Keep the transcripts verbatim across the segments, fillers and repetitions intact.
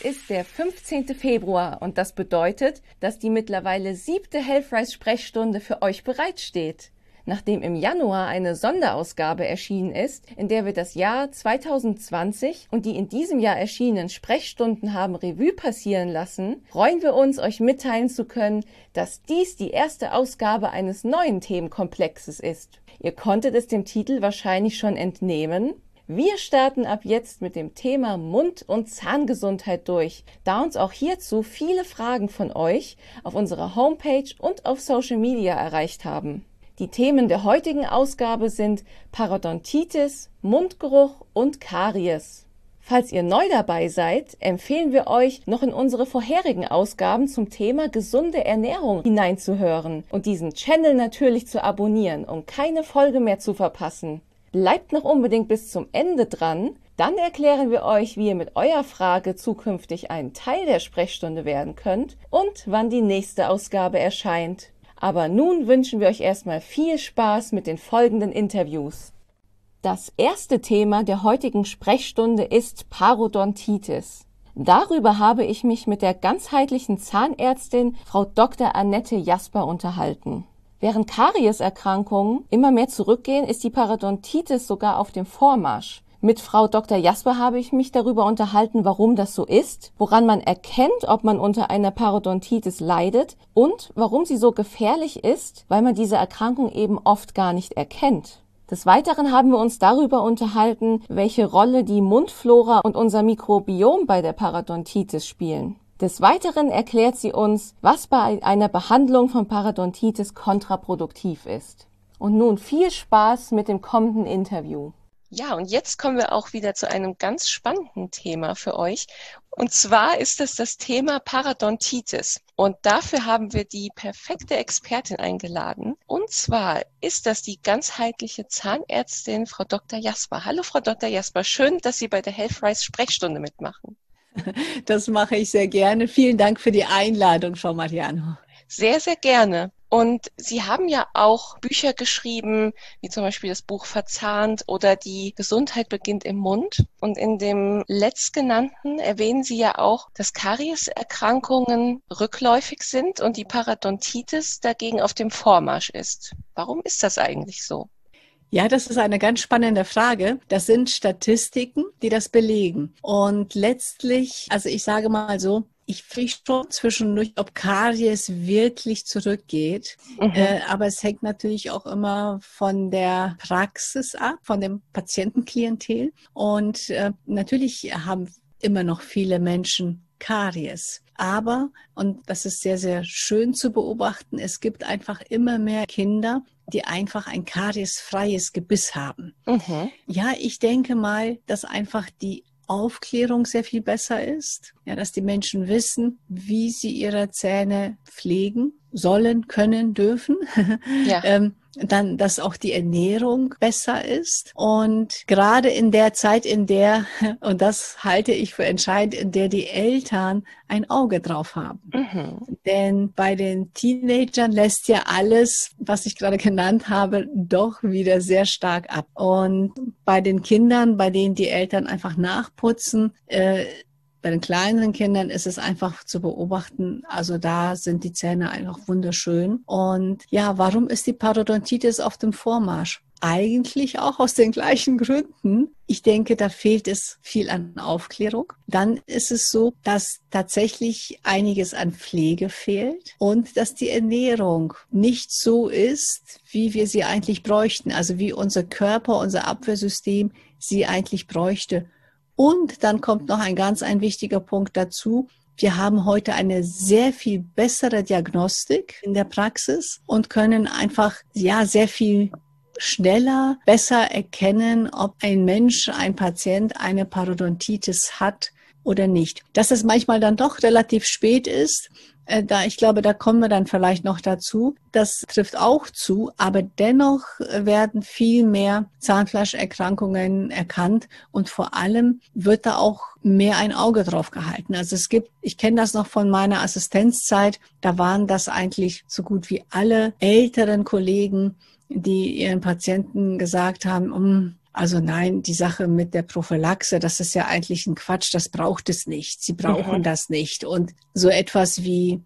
ist der fünfzehnte Februar und das bedeutet, dass die mittlerweile siebte Healthrise-Sprechstunde für euch bereitsteht. Nachdem im Januar eine Sonderausgabe erschienen ist, in der wir das Jahr zwanzig zwanzig und die in diesem Jahr erschienenen Sprechstunden haben Revue passieren lassen, freuen wir uns, euch mitteilen zu können, dass dies die erste Ausgabe eines neuen Themenkomplexes ist. Ihr konntet es dem Titel wahrscheinlich schon entnehmen. Wir starten ab jetzt mit dem Thema Mund- und Zahngesundheit durch, da uns auch hierzu viele Fragen von euch auf unserer Homepage und auf Social Media erreicht haben. Die Themen der heutigen Ausgabe sind Parodontitis, Mundgeruch und Karies. Falls ihr neu dabei seid, empfehlen wir euch, noch in unsere vorherigen Ausgaben zum Thema gesunde Ernährung hineinzuhören und diesen Channel natürlich zu abonnieren, um keine Folge mehr zu verpassen. Bleibt noch unbedingt bis zum Ende dran, dann erklären wir euch, wie ihr mit eurer Frage zukünftig ein Teil der Sprechstunde werden könnt und wann die nächste Ausgabe erscheint. Aber nun wünschen wir euch erstmal viel Spaß mit den folgenden Interviews. Das erste Thema der heutigen Sprechstunde ist Parodontitis. Darüber habe ich mich mit der ganzheitlichen Zahnärztin Frau Doktor Annette Jasper unterhalten. Während Karieserkrankungen immer mehr zurückgehen, ist die Parodontitis sogar auf dem Vormarsch. Mit Frau Doktor Jasper habe ich mich darüber unterhalten, warum das so ist, woran man erkennt, ob man unter einer Parodontitis leidet und warum sie so gefährlich ist, weil man diese Erkrankung eben oft gar nicht erkennt. Des Weiteren haben wir uns darüber unterhalten, welche Rolle die Mundflora und unser Mikrobiom bei der Parodontitis spielen. Des Weiteren erklärt sie uns, was bei einer Behandlung von Parodontitis kontraproduktiv ist. Und nun viel Spaß mit dem kommenden Interview. Ja, und jetzt kommen wir auch wieder zu einem ganz spannenden Thema für euch. Und zwar ist es das Thema Parodontitis. Und dafür haben wir die perfekte Expertin eingeladen. Und zwar ist das die ganzheitliche Zahnärztin Frau Doktor Jasper. Hallo Frau Doktor Jasper, schön, dass Sie bei der Healthrise Sprechstunde mitmachen. Das mache ich sehr gerne. Vielen Dank für die Einladung, Frau Mariano. Sehr, sehr gerne. Und Sie haben ja auch Bücher geschrieben, wie zum Beispiel das Buch Verzahnt oder die Gesundheit beginnt im Mund. Und in dem letztgenannten erwähnen Sie ja auch, dass Karieserkrankungen rückläufig sind und die Parodontitis dagegen auf dem Vormarsch ist. Warum ist das eigentlich so? Ja, das ist eine ganz spannende Frage. Das sind Statistiken, die das belegen. Und letztlich, also ich sage mal so, ich frage schon zwischendurch, ob Karies wirklich zurückgeht. Mhm. Äh, aber es hängt natürlich auch immer von der Praxis ab, von dem Patientenklientel. Und äh, natürlich haben immer noch viele Menschen Karies. Aber, und das ist sehr, sehr schön zu beobachten, es gibt einfach immer mehr Kinder, die einfach ein kariesfreies Gebiss haben. Mhm. Ja, ich denke mal, dass einfach die Aufklärung sehr viel besser ist, ja, dass die Menschen wissen, wie sie ihre Zähne pflegen sollen, können, dürfen. Ja. ähm, dann, dass auch die Ernährung besser ist. Und gerade in der Zeit, in der, und das halte ich für entscheidend, in der die Eltern ein Auge drauf haben. Mhm. Denn bei den Teenagern lässt ja alles, was ich gerade genannt habe, doch wieder sehr stark ab. Und bei den Kindern, bei denen die Eltern einfach nachputzen, äh, bei den kleineren Kindern ist es einfach zu beobachten, also da sind die Zähne einfach wunderschön. Und ja, warum ist die Parodontitis auf dem Vormarsch? Eigentlich auch aus den gleichen Gründen. Ich denke, da fehlt es viel an Aufklärung. Dann ist es so, dass tatsächlich einiges an Pflege fehlt und dass die Ernährung nicht so ist, wie wir sie eigentlich bräuchten. Also wie unser Körper, unser Abwehrsystem sie eigentlich bräuchte. Und dann kommt noch ein ganz ein wichtiger Punkt dazu. Wir haben heute eine sehr viel bessere Diagnostik in der Praxis und können einfach ja sehr viel schneller, besser erkennen, ob ein Mensch, ein Patient eine Parodontitis hat oder nicht. Dass es manchmal dann doch relativ spät ist, äh, da ich glaube, da kommen wir dann vielleicht noch dazu. Das trifft auch zu, aber dennoch werden viel mehr Zahnfleischerkrankungen erkannt und vor allem wird da auch mehr ein Auge drauf gehalten. Also es gibt, ich kenne das noch von meiner Assistenzzeit, da waren das eigentlich so gut wie alle älteren Kollegen, die ihren Patienten gesagt haben, um, Also nein, die Sache mit der Prophylaxe, das ist ja eigentlich ein Quatsch, das braucht es nicht. Sie brauchen mhm. das nicht. Und so etwas wie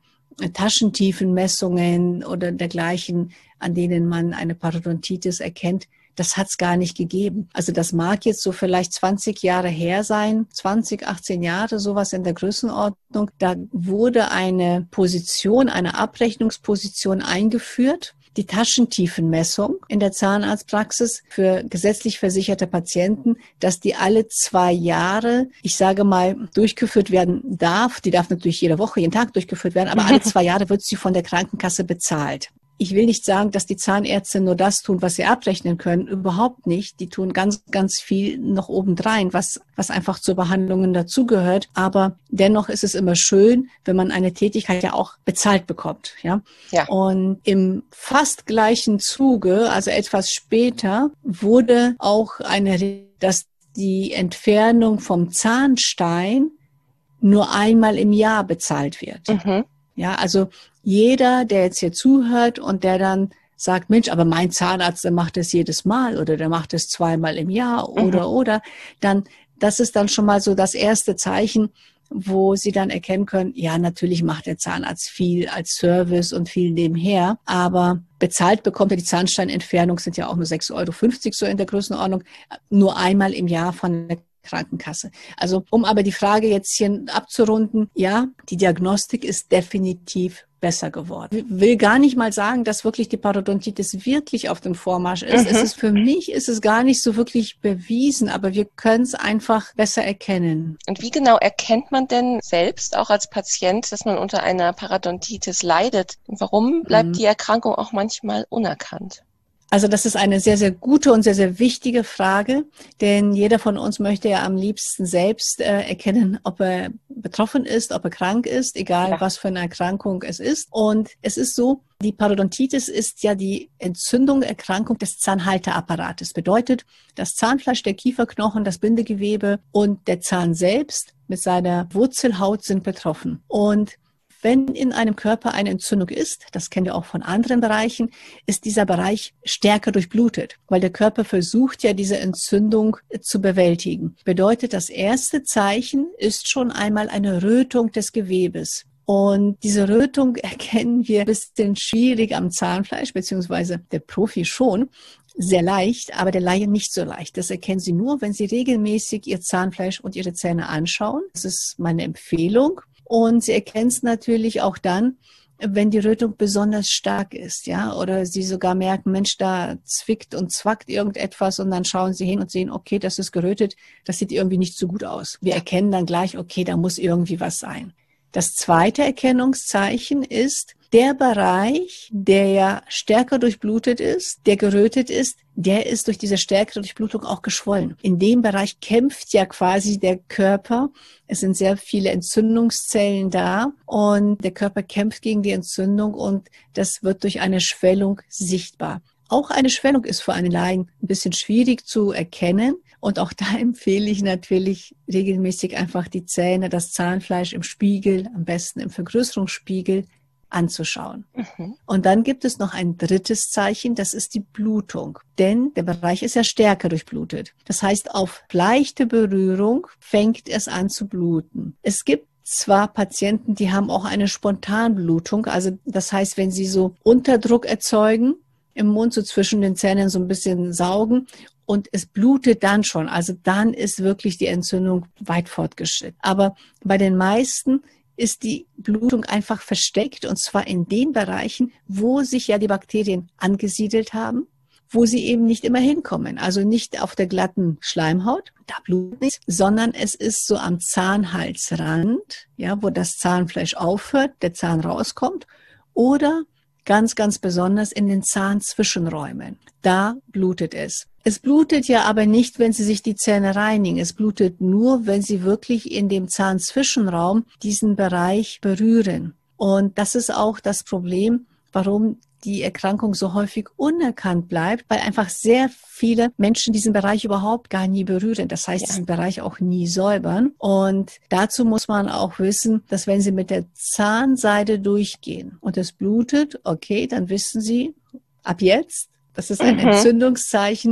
Taschentiefenmessungen oder dergleichen, an denen man eine Parodontitis erkennt, das hat es gar nicht gegeben. Also das mag jetzt so vielleicht zwanzig Jahre her sein, zwanzig, achtzehn Jahre, sowas in der Größenordnung. Da wurde eine Position, eine Abrechnungsposition eingeführt, die Taschentiefenmessung in der Zahnarztpraxis für gesetzlich versicherte Patienten, dass die alle zwei Jahre, ich sage mal, durchgeführt werden darf. Die darf natürlich jede Woche, jeden Tag durchgeführt werden, aber alle zwei Jahre wird sie von der Krankenkasse bezahlt. Ich will nicht sagen, dass die Zahnärzte nur das tun, was sie abrechnen können. Überhaupt nicht. Die tun ganz, ganz viel noch obendrein, was, was einfach zu Behandlungen dazugehört. Aber dennoch ist es immer schön, wenn man eine Tätigkeit ja auch bezahlt bekommt. Ja. Ja. Und im fast gleichen Zuge, also etwas später, wurde auch eine, dass die Entfernung vom Zahnstein nur einmal im Jahr bezahlt wird. Mhm. Ja, also jeder, der jetzt hier zuhört und der dann sagt, Mensch, aber mein Zahnarzt, der macht das jedes Mal oder der macht das zweimal im Jahr oder, mhm. oder, dann, das ist dann schon mal so das erste Zeichen, wo Sie dann erkennen können, ja, natürlich macht der Zahnarzt viel als Service und viel nebenher, aber bezahlt bekommt er die Zahnsteinentfernung, sind ja auch nur sechs Euro fünfzig so in der Größenordnung, nur einmal im Jahr von der Krankenkasse. Also um aber die Frage jetzt hier abzurunden, ja, die Diagnostik ist definitiv besser geworden. Ich will gar nicht mal sagen, dass wirklich die Parodontitis wirklich auf dem Vormarsch ist. Mhm. Es ist für mich ist es gar nicht so wirklich bewiesen, aber wir können es einfach besser erkennen. Und wie genau erkennt man denn selbst auch als Patient, dass man unter einer Parodontitis leidet? Und warum bleibt mhm. die Erkrankung auch manchmal unerkannt? Also das ist eine sehr, sehr gute und sehr, sehr wichtige Frage, denn jeder von uns möchte ja am liebsten selbst äh, erkennen, ob er betroffen ist, ob er krank ist, egal ja. was für eine Erkrankung es ist. Und es ist so, die Parodontitis ist ja die Entzündung, Erkrankung des Zahnhalteapparates. Bedeutet, das Zahnfleisch, der Kieferknochen, das Bindegewebe und der Zahn selbst mit seiner Wurzelhaut sind betroffen. Und wenn in einem Körper eine Entzündung ist, das kennen wir auch von anderen Bereichen, ist dieser Bereich stärker durchblutet, weil der Körper versucht ja, diese Entzündung zu bewältigen. Bedeutet, das erste Zeichen ist schon einmal eine Rötung des Gewebes. Und diese Rötung erkennen wir ein bisschen schwierig am Zahnfleisch, beziehungsweise der Profi schon. Sehr leicht, aber der Laie nicht so leicht. Das erkennen Sie nur, wenn Sie regelmäßig Ihr Zahnfleisch und Ihre Zähne anschauen. Das ist meine Empfehlung. Und Sie erkennen es natürlich auch dann, wenn die Rötung besonders stark ist, ja, oder Sie sogar merken, Mensch, da zwickt und zwackt irgendetwas und dann schauen Sie hin und sehen, okay, das ist gerötet, das sieht irgendwie nicht so gut aus. Wir erkennen dann gleich, okay, da muss irgendwie was sein. Das zweite Erkennungszeichen ist der Bereich, der ja stärker durchblutet ist, der gerötet ist, der ist durch diese stärkere Durchblutung auch geschwollen. In dem Bereich kämpft ja quasi der Körper. Es sind sehr viele Entzündungszellen da und der Körper kämpft gegen die Entzündung und das wird durch eine Schwellung sichtbar. Auch eine Schwellung ist für einen Laien ein bisschen schwierig zu erkennen. Und auch da empfehle ich natürlich regelmäßig einfach die Zähne, das Zahnfleisch im Spiegel, am besten im Vergrößerungsspiegel, anzuschauen. Mhm. Und dann gibt es noch ein drittes Zeichen, das ist die Blutung. Denn der Bereich ist ja stärker durchblutet. Das heißt, auf leichte Berührung fängt es an zu bluten. Es gibt zwar Patienten, die haben auch eine Spontanblutung. Also das heißt, wenn sie so Unterdruck erzeugen, im Mund so zwischen den Zähnen so ein bisschen saugen und es blutet dann schon. Also dann ist wirklich die Entzündung weit fortgeschritten. Aber bei den meisten ist die Blutung einfach versteckt und zwar in den Bereichen, wo sich ja die Bakterien angesiedelt haben, wo sie eben nicht immer hinkommen. Also nicht auf der glatten Schleimhaut, da blutet nichts, sondern es ist so am Zahnhalsrand, ja, wo das Zahnfleisch aufhört, der Zahn rauskommt, oder ganz, ganz besonders in den Zahnzwischenräumen. Da blutet es. Es blutet ja aber nicht, wenn Sie sich die Zähne reinigen. Es blutet nur, wenn Sie wirklich in dem Zahnzwischenraum diesen Bereich berühren. Und das ist auch das Problem, warum die Erkrankung so häufig unerkannt bleibt, weil einfach sehr viele Menschen diesen Bereich überhaupt gar nie berühren. Das heißt, ja. diesen Bereich auch nie säubern. Und dazu muss man auch wissen, dass wenn Sie mit der Zahnseide durchgehen und es blutet, okay, dann wissen Sie ab jetzt, das ist ein mhm. Entzündungszeichen,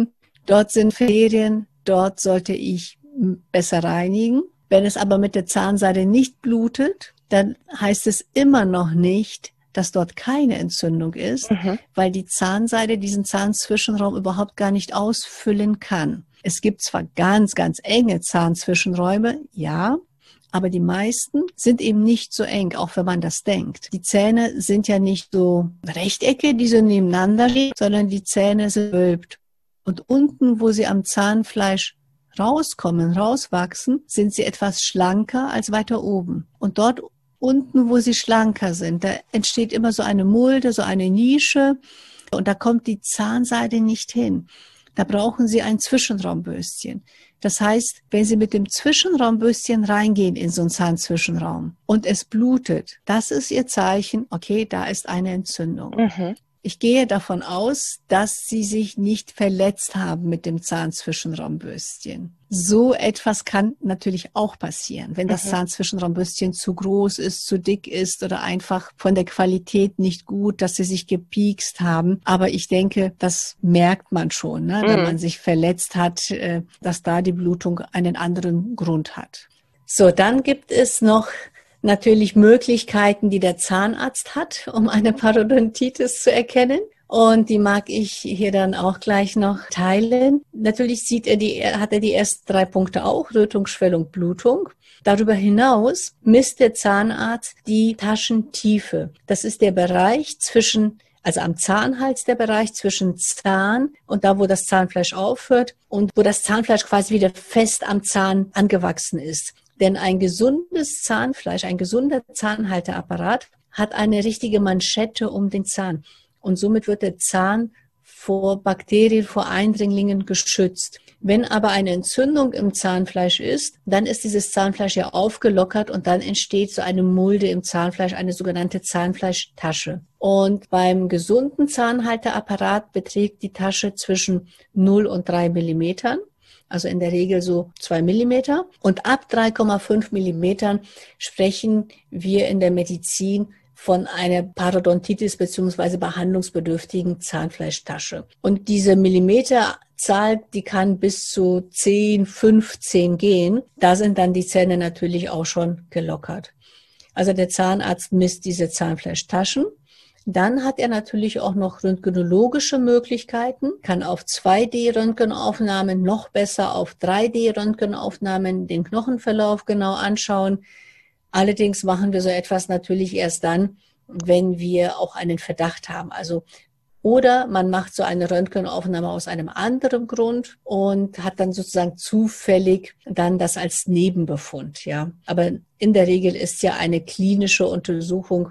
Dort sind Ferien, dort sollte ich besser reinigen. Wenn es aber mit der Zahnseide nicht blutet, dann heißt es immer noch nicht, dass dort keine Entzündung ist, mhm. weil die Zahnseide diesen Zahnzwischenraum überhaupt gar nicht ausfüllen kann. Es gibt zwar ganz, ganz enge Zahnzwischenräume, ja, aber die meisten sind eben nicht so eng, auch wenn man das denkt. Die Zähne sind ja nicht so Rechtecke, die so nebeneinander liegen, sondern die Zähne sind gewölbt. Und unten, wo sie am Zahnfleisch rauskommen, rauswachsen, sind sie etwas schlanker als weiter oben. Und dort unten, wo sie schlanker sind, da entsteht immer so eine Mulde, so eine Nische und da kommt die Zahnseide nicht hin. Da brauchen Sie ein Zwischenraumbürstchen. Das heißt, wenn Sie mit dem Zwischenraumbürstchen reingehen in so einen Zahnzwischenraum und es blutet, das ist Ihr Zeichen, okay, da ist eine Entzündung. Mhm. Ich gehe davon aus, dass Sie sich nicht verletzt haben mit dem Zahnzwischenraumbürstchen. So etwas kann natürlich auch passieren, wenn das mhm. Zahnzwischenraumbürstchen zu groß ist, zu dick ist oder einfach von der Qualität nicht gut, dass Sie sich gepiekst haben. Aber ich denke, das merkt man schon, ne? Mhm. Wenn man sich verletzt hat, dass da die Blutung einen anderen Grund hat. So, dann gibt es noch natürlich Möglichkeiten, die der Zahnarzt hat, um eine Parodontitis zu erkennen. Und die mag ich hier dann auch gleich noch teilen. Natürlich sieht er die, hat er die ersten drei Punkte auch, Rötung, Schwellung, Blutung. Darüber hinaus misst der Zahnarzt die Taschentiefe. Das ist der Bereich zwischen, also am Zahnhals der Bereich zwischen Zahn und da, wo das Zahnfleisch aufhört und wo das Zahnfleisch quasi wieder fest am Zahn angewachsen ist. Denn ein gesundes Zahnfleisch, ein gesunder Zahnhalteapparat hat eine richtige Manschette um den Zahn. Und somit wird der Zahn vor Bakterien, vor Eindringlingen geschützt. Wenn aber eine Entzündung im Zahnfleisch ist, dann ist dieses Zahnfleisch ja aufgelockert und dann entsteht so eine Mulde im Zahnfleisch, eine sogenannte Zahnfleischtasche. Und beim gesunden Zahnhalteapparat beträgt die Tasche zwischen null und drei Millimetern. Also in der Regel so zwei Millimeter. Und ab drei Komma fünf Millimetern sprechen wir in der Medizin von einer Parodontitis bzw. behandlungsbedürftigen Zahnfleischtasche. Und diese Millimeterzahl, die kann bis zu zehn, fünfzehn gehen. Da sind dann die Zähne natürlich auch schon gelockert. Also der Zahnarzt misst diese Zahnfleischtaschen. Dann hat er natürlich auch noch röntgenologische Möglichkeiten, kann auf zwei D Röntgenaufnahmen, noch besser auf drei D Röntgenaufnahmen den Knochenverlauf genau anschauen. Allerdings machen wir so etwas natürlich erst dann, wenn wir auch einen Verdacht haben. Also oder man macht so eine Röntgenaufnahme aus einem anderen Grund und hat dann sozusagen zufällig dann das als Nebenbefund, ja. Aber in der Regel ist ja eine klinische Untersuchung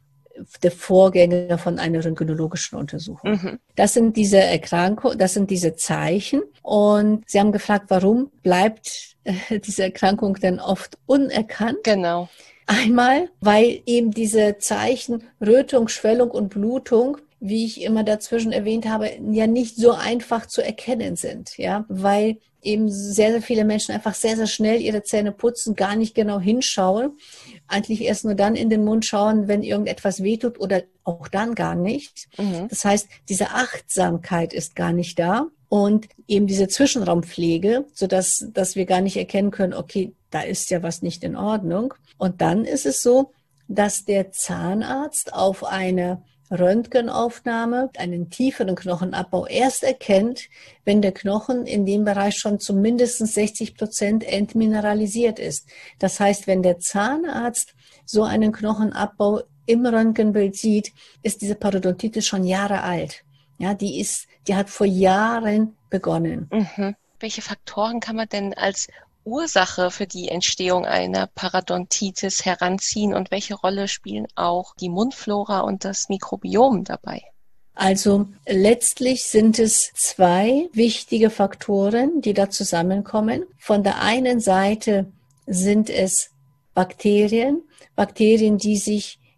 der Vorgänger von einer röntgenologischen Untersuchung. Mhm. Das sind diese Erkrankungen, das sind diese Zeichen. Und Sie haben gefragt, warum bleibt äh, diese Erkrankung denn oft unerkannt? Genau. Einmal, weil eben diese Zeichen Rötung, Schwellung und Blutung, wie ich immer dazwischen erwähnt habe, ja nicht so einfach zu erkennen sind, ja, weil eben sehr, sehr viele Menschen einfach sehr, sehr schnell ihre Zähne putzen, gar nicht genau hinschauen, eigentlich erst nur dann in den Mund schauen, wenn irgendetwas wehtut oder auch dann gar nicht. Mhm. Das heißt, diese Achtsamkeit ist gar nicht da und eben diese Zwischenraumpflege, sodass dass wir gar nicht erkennen können, okay, da ist ja was nicht in Ordnung. Und dann ist es so, dass der Zahnarzt auf eine Röntgenaufnahme einen tieferen Knochenabbau erst erkennt, wenn der Knochen in dem Bereich schon zu mindestens sechzig Prozent entmineralisiert ist. Das heißt, wenn der Zahnarzt so einen Knochenabbau im Röntgenbild sieht, ist diese Parodontitis schon Jahre alt. Ja, die ist, die hat vor Jahren begonnen. Mhm. Welche Faktoren kann man denn als Ursache für die Entstehung einer Parodontitis heranziehen und welche Rolle spielen auch die Mundflora und das Mikrobiom dabei? Also letztlich sind es zwei wichtige Faktoren, die da zusammenkommen. Von der einen Seite sind es Bakterien, Bakterien, die sich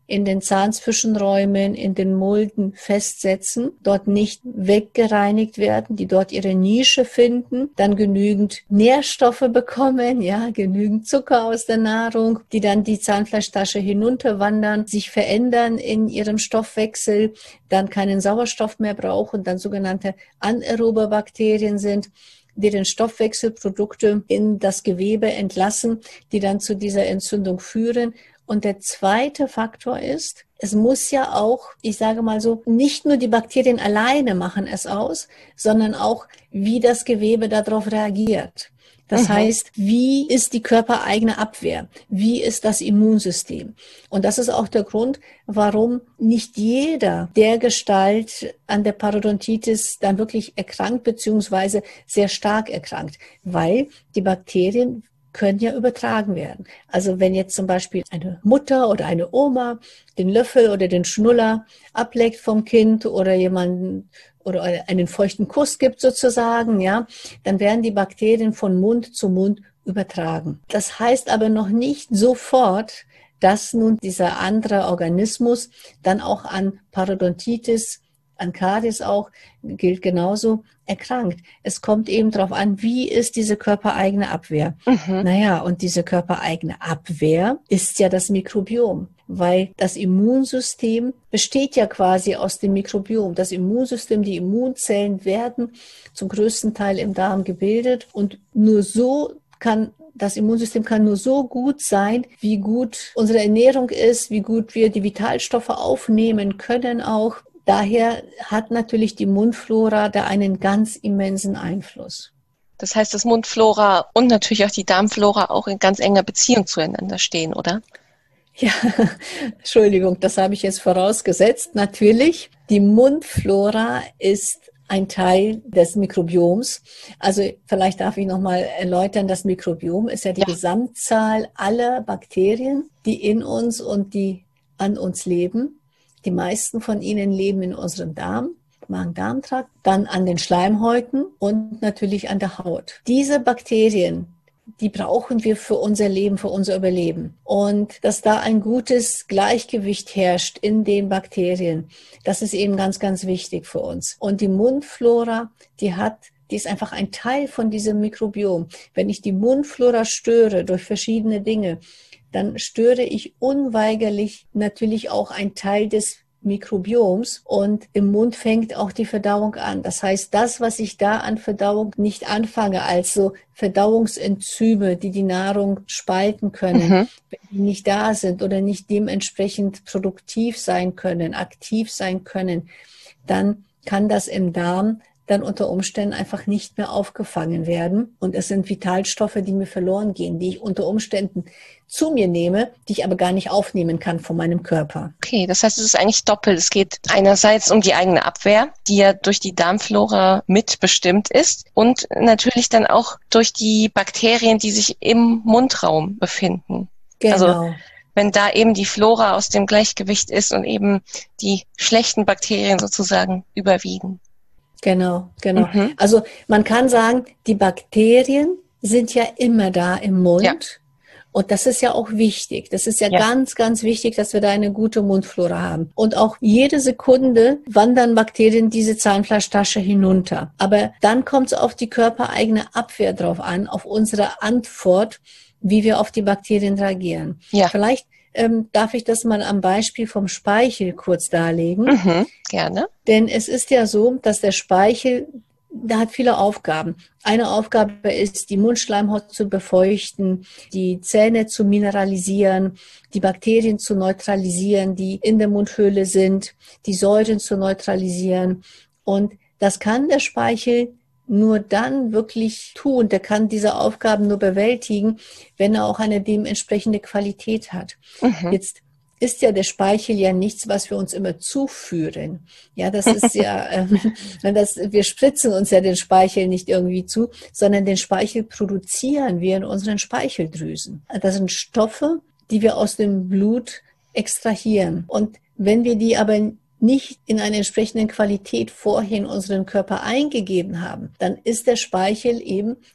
in den Zahnzwischenräumen, in den Mulden festsetzen, dort nicht weggereinigt werden, die dort ihre Nische finden, dann genügend Nährstoffe bekommen, ja, genügend Zucker aus der Nahrung, die dann die Zahnfleischtasche hinunterwandern, sich verändern in ihrem Stoffwechsel, dann keinen Sauerstoff mehr brauchen, dann sogenannte anaerobe Bakterien sind, deren Stoffwechselprodukte in das Gewebe entlassen, die dann zu dieser Entzündung führen. Und der zweite Faktor ist, es muss ja auch, ich sage mal so, nicht nur die Bakterien alleine machen es aus, sondern auch, wie das Gewebe darauf reagiert. Das mhm. heißt, wie ist die körpereigene Abwehr? Wie ist das Immunsystem? Und das ist auch der Grund, warum nicht jeder dergestalt an der Parodontitis dann wirklich erkrankt, beziehungsweise sehr stark erkrankt, weil die Bakterien können ja übertragen werden. Also wenn jetzt zum Beispiel eine Mutter oder eine Oma den Löffel oder den Schnuller ableckt vom Kind oder jemanden oder einen feuchten Kuss gibt sozusagen, ja, dann werden die Bakterien von Mund zu Mund übertragen. Das heißt aber noch nicht sofort, dass nun dieser andere Organismus dann auch an Parodontitis, an Karies auch, gilt genauso, erkrankt. Es kommt eben darauf an, wie ist diese körpereigene Abwehr. Mhm. Naja, und diese körpereigene Abwehr ist ja das Mikrobiom, weil das Immunsystem besteht ja quasi aus dem Mikrobiom. Das Immunsystem, die Immunzellen werden zum größten Teil im Darm gebildet und nur so kann das Immunsystem kann nur so gut sein, wie gut unsere Ernährung ist, wie gut wir die Vitalstoffe aufnehmen können auch. Daher hat natürlich die Mundflora da einen ganz immensen Einfluss. Das heißt, dass Mundflora und natürlich auch die Darmflora auch in ganz enger Beziehung zueinander stehen, oder? Ja, Entschuldigung, das habe ich jetzt vorausgesetzt. Natürlich, die Mundflora ist ein Teil des Mikrobioms. Also vielleicht darf ich nochmal erläutern, das Mikrobiom ist ja die ja. Gesamtzahl aller Bakterien, die in uns und die an uns leben. Die meisten von ihnen leben in unserem Darm, Magen-Darm-Trakt, dann an den Schleimhäuten und natürlich an der Haut. Diese Bakterien, die brauchen wir für unser Leben, für unser Überleben. Und dass da ein gutes Gleichgewicht herrscht in den Bakterien, das ist eben ganz, ganz wichtig für uns. Und die Mundflora, die hat Die ist einfach ein Teil von diesem Mikrobiom. Wenn ich die Mundflora störe durch verschiedene Dinge, dann störe ich unweigerlich natürlich auch einen Teil des Mikrobioms und im Mund fängt auch die Verdauung an. Das heißt, das, was ich da an Verdauung nicht anfange, also Verdauungsenzyme, die die Nahrung spalten können, mhm. wenn die nicht da sind oder nicht dementsprechend produktiv sein können, aktiv sein können, dann kann das im Darm dann unter Umständen einfach nicht mehr aufgefangen werden. Und es sind Vitalstoffe, die mir verloren gehen, die ich unter Umständen zu mir nehme, die ich aber gar nicht aufnehmen kann von meinem Körper. Okay, das heißt, es ist eigentlich doppelt. Es geht einerseits um die eigene Abwehr, die ja durch die Darmflora mitbestimmt ist und natürlich dann auch durch die Bakterien, die sich im Mundraum befinden. Genau. Also wenn da eben die Flora aus dem Gleichgewicht ist und eben die schlechten Bakterien sozusagen überwiegen. Genau, genau. Mhm. Also man kann sagen, die Bakterien sind ja immer da im Mund. Ja. Und das ist ja auch wichtig. Das ist ja, ja ganz, ganz wichtig, dass wir da eine gute Mundflora haben. Und auch jede Sekunde wandern Bakterien diese Zahnfleischtasche hinunter. Aber dann kommt es auf die körpereigene Abwehr drauf an, auf unsere Antwort, wie wir auf die Bakterien reagieren. Ja. Vielleicht Ähm, darf ich das mal am Beispiel vom Speichel kurz darlegen? Mhm, gerne. Denn es ist ja so, dass der Speichel, der hat viele Aufgaben. Eine Aufgabe ist, die Mundschleimhaut zu befeuchten, die Zähne zu mineralisieren, die Bakterien zu neutralisieren, die in der Mundhöhle sind, die Säuren zu neutralisieren. Und das kann der Speichel nur dann wirklich tun, der kann diese Aufgaben nur bewältigen, wenn er auch eine dementsprechende Qualität hat. Mhm. Jetzt ist ja der Speichel ja nichts, was wir uns immer zuführen. Ja, das ist ja, ähm, das, wir spritzen uns ja den Speichel nicht irgendwie zu, sondern den Speichel produzieren wir in unseren Speicheldrüsen. Das sind Stoffe, die wir aus dem Blut extrahieren. Und wenn wir die aber nicht in einer entsprechenden Qualität vorher in unseren Körper eingegeben haben, dann ist der Speichel eben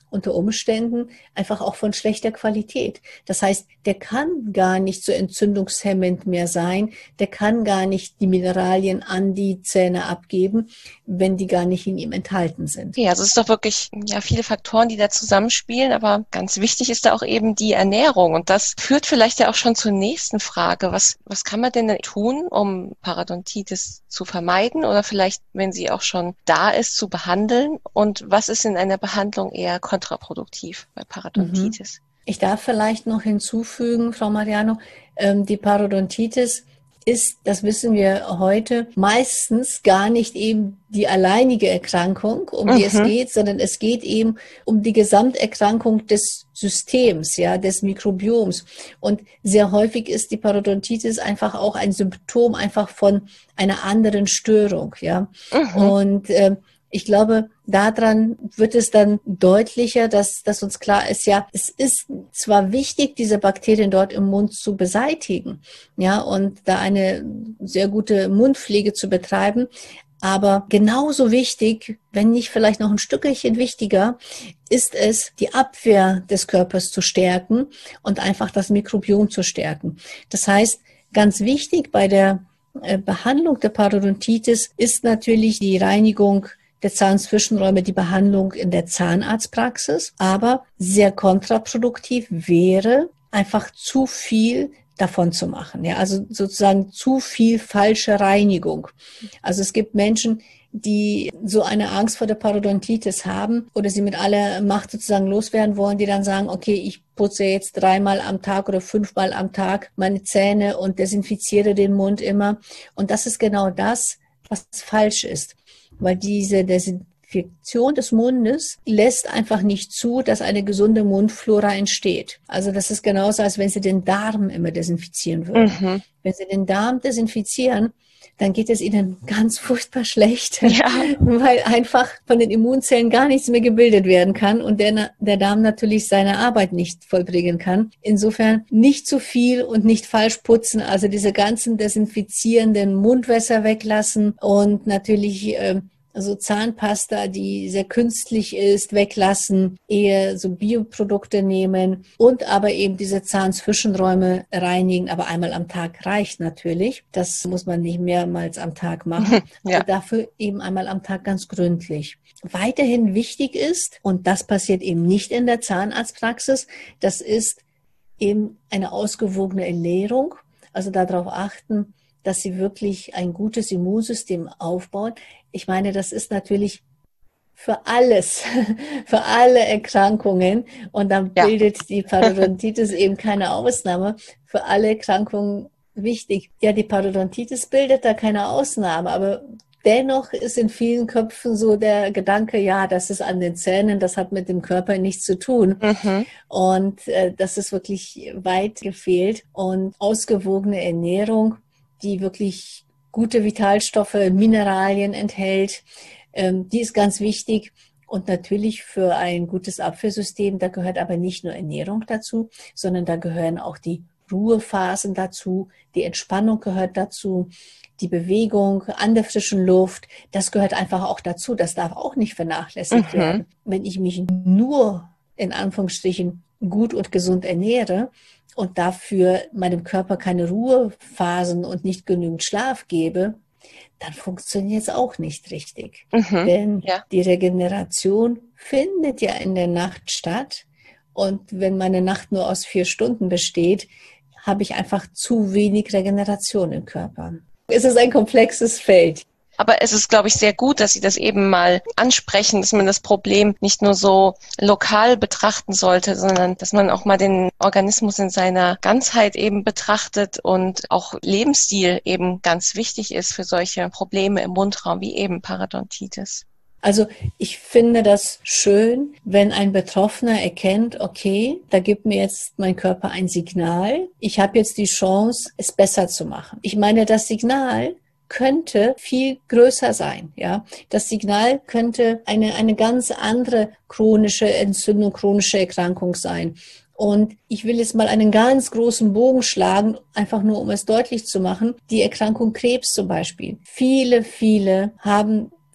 unter Umständen einfach auch von schlechter Qualität. Das heißt, der kann gar nicht so entzündungshemmend mehr sein, der kann gar nicht die Mineralien an die Zähne abgeben, wenn die gar nicht in ihm enthalten sind. Ja, also es ist doch wirklich ja viele Faktoren, die da zusammenspielen, aber ganz wichtig ist da auch eben die Ernährung. Und das führt vielleicht ja auch schon zur nächsten Frage. Was, was kann man denn tun, um Parodontitis zu vermeiden oder vielleicht, wenn sie auch schon da ist, zu behandeln? Und was ist in einer Behandlung eher kontraproduktiv bei Parodontitis? Ich darf vielleicht noch hinzufügen, Frau Mariano, ähm, die Parodontitis ist, das wissen wir heute, meistens gar nicht eben die alleinige Erkrankung, um die mhm. es geht, sondern es geht eben um die Gesamterkrankung des Systems, ja, des Mikrobioms. Und sehr häufig ist die Parodontitis einfach auch ein Symptom einfach von einer anderen Störung, ja. Mhm. Und äh, ich glaube, daran wird es dann deutlicher, dass, dass uns klar ist, ja, es ist zwar wichtig, diese Bakterien dort im Mund zu beseitigen, ja, und da eine sehr gute Mundpflege zu betreiben, aber genauso wichtig, wenn nicht vielleicht noch ein Stückchen wichtiger, ist es, die Abwehr des Körpers zu stärken und einfach das Mikrobiom zu stärken. Das heißt, ganz wichtig bei der Behandlung der Parodontitis ist natürlich die Reinigung der Zahnzwischenräume, die Behandlung in der Zahnarztpraxis, aber sehr kontraproduktiv wäre, einfach zu viel davon zu machen. Ja, also sozusagen zu viel falsche Reinigung. Also es gibt Menschen, die so eine Angst vor der Parodontitis haben oder sie mit aller Macht sozusagen loswerden wollen, die dann sagen, okay, ich putze jetzt dreimal am Tag oder fünfmal am Tag meine Zähne und desinfiziere den Mund immer. Und das ist genau das, was falsch ist. Weil diese Desinfektion des Mundes lässt einfach nicht zu, dass eine gesunde Mundflora entsteht. Also das ist genauso, als wenn Sie den Darm immer desinfizieren würden. Mhm. Wenn Sie den Darm desinfizieren, dann geht es Ihnen ganz furchtbar schlecht, ja. Weil einfach von den Immunzellen gar nichts mehr gebildet werden kann und der, der Darm natürlich seine Arbeit nicht vollbringen kann. Insofern nicht zu viel und nicht falsch putzen, also diese ganzen desinfizierenden Mundwässer weglassen und natürlich äh, so Zahnpasta, die sehr künstlich ist, weglassen, eher so Bioprodukte nehmen und aber eben diese Zahnzwischenräume reinigen, aber einmal am Tag reicht natürlich. Das muss man nicht mehrmals am Tag machen, ja. Aber dafür eben einmal am Tag ganz gründlich. Weiterhin wichtig ist, und das passiert eben nicht in der Zahnarztpraxis, das ist eben eine ausgewogene Ernährung, also darauf achten, dass sie wirklich ein gutes Immunsystem aufbauen. Ich meine, das ist natürlich für alles, für alle Erkrankungen und dann ja. bildet die Parodontitis eben keine Ausnahme, für alle Erkrankungen wichtig. Ja, die Parodontitis bildet da keine Ausnahme, aber dennoch ist in vielen Köpfen so der Gedanke, ja, das ist an den Zähnen, das hat mit dem Körper nichts zu tun. Mhm. Und äh, das ist wirklich weit gefehlt. Und ausgewogene Ernährung, die wirklich gute Vitalstoffe, Mineralien enthält, ähm, die ist ganz wichtig. Und natürlich für ein gutes Abwehrsystem, da gehört aber nicht nur Ernährung dazu, sondern da gehören auch die Ruhephasen dazu, die Entspannung gehört dazu, die Bewegung an der frischen Luft, das gehört einfach auch dazu, das darf auch nicht vernachlässigt mhm. werden. Wenn ich mich nur in Anführungsstrichen gut und gesund ernähre und dafür meinem Körper keine Ruhephasen und nicht genügend Schlaf gebe, dann funktioniert es auch nicht richtig. Mhm, Denn ja. die Regeneration findet ja in der Nacht statt. Und wenn meine Nacht nur aus vier Stunden besteht, habe ich einfach zu wenig Regeneration im Körper. Es ist ein komplexes Feld. Aber es ist, glaube ich, sehr gut, dass Sie das eben mal ansprechen, dass man das Problem nicht nur so lokal betrachten sollte, sondern dass man auch mal den Organismus in seiner Ganzheit eben betrachtet und auch Lebensstil eben ganz wichtig ist für solche Probleme im Mundraum wie eben Parodontitis. Also ich finde das schön, wenn ein Betroffener erkennt, okay, da gibt mir jetzt mein Körper ein Signal. Ich habe jetzt die Chance, es besser zu machen. Ich meine, das Signal könnte viel größer sein, ja. Das Signal könnte eine, eine ganz andere chronische Entzündung, chronische Erkrankung sein. Und ich will jetzt mal einen ganz großen Bogen schlagen, einfach nur, um es deutlich zu machen. Die Erkrankung Krebs zum Beispiel. Viele, viele haben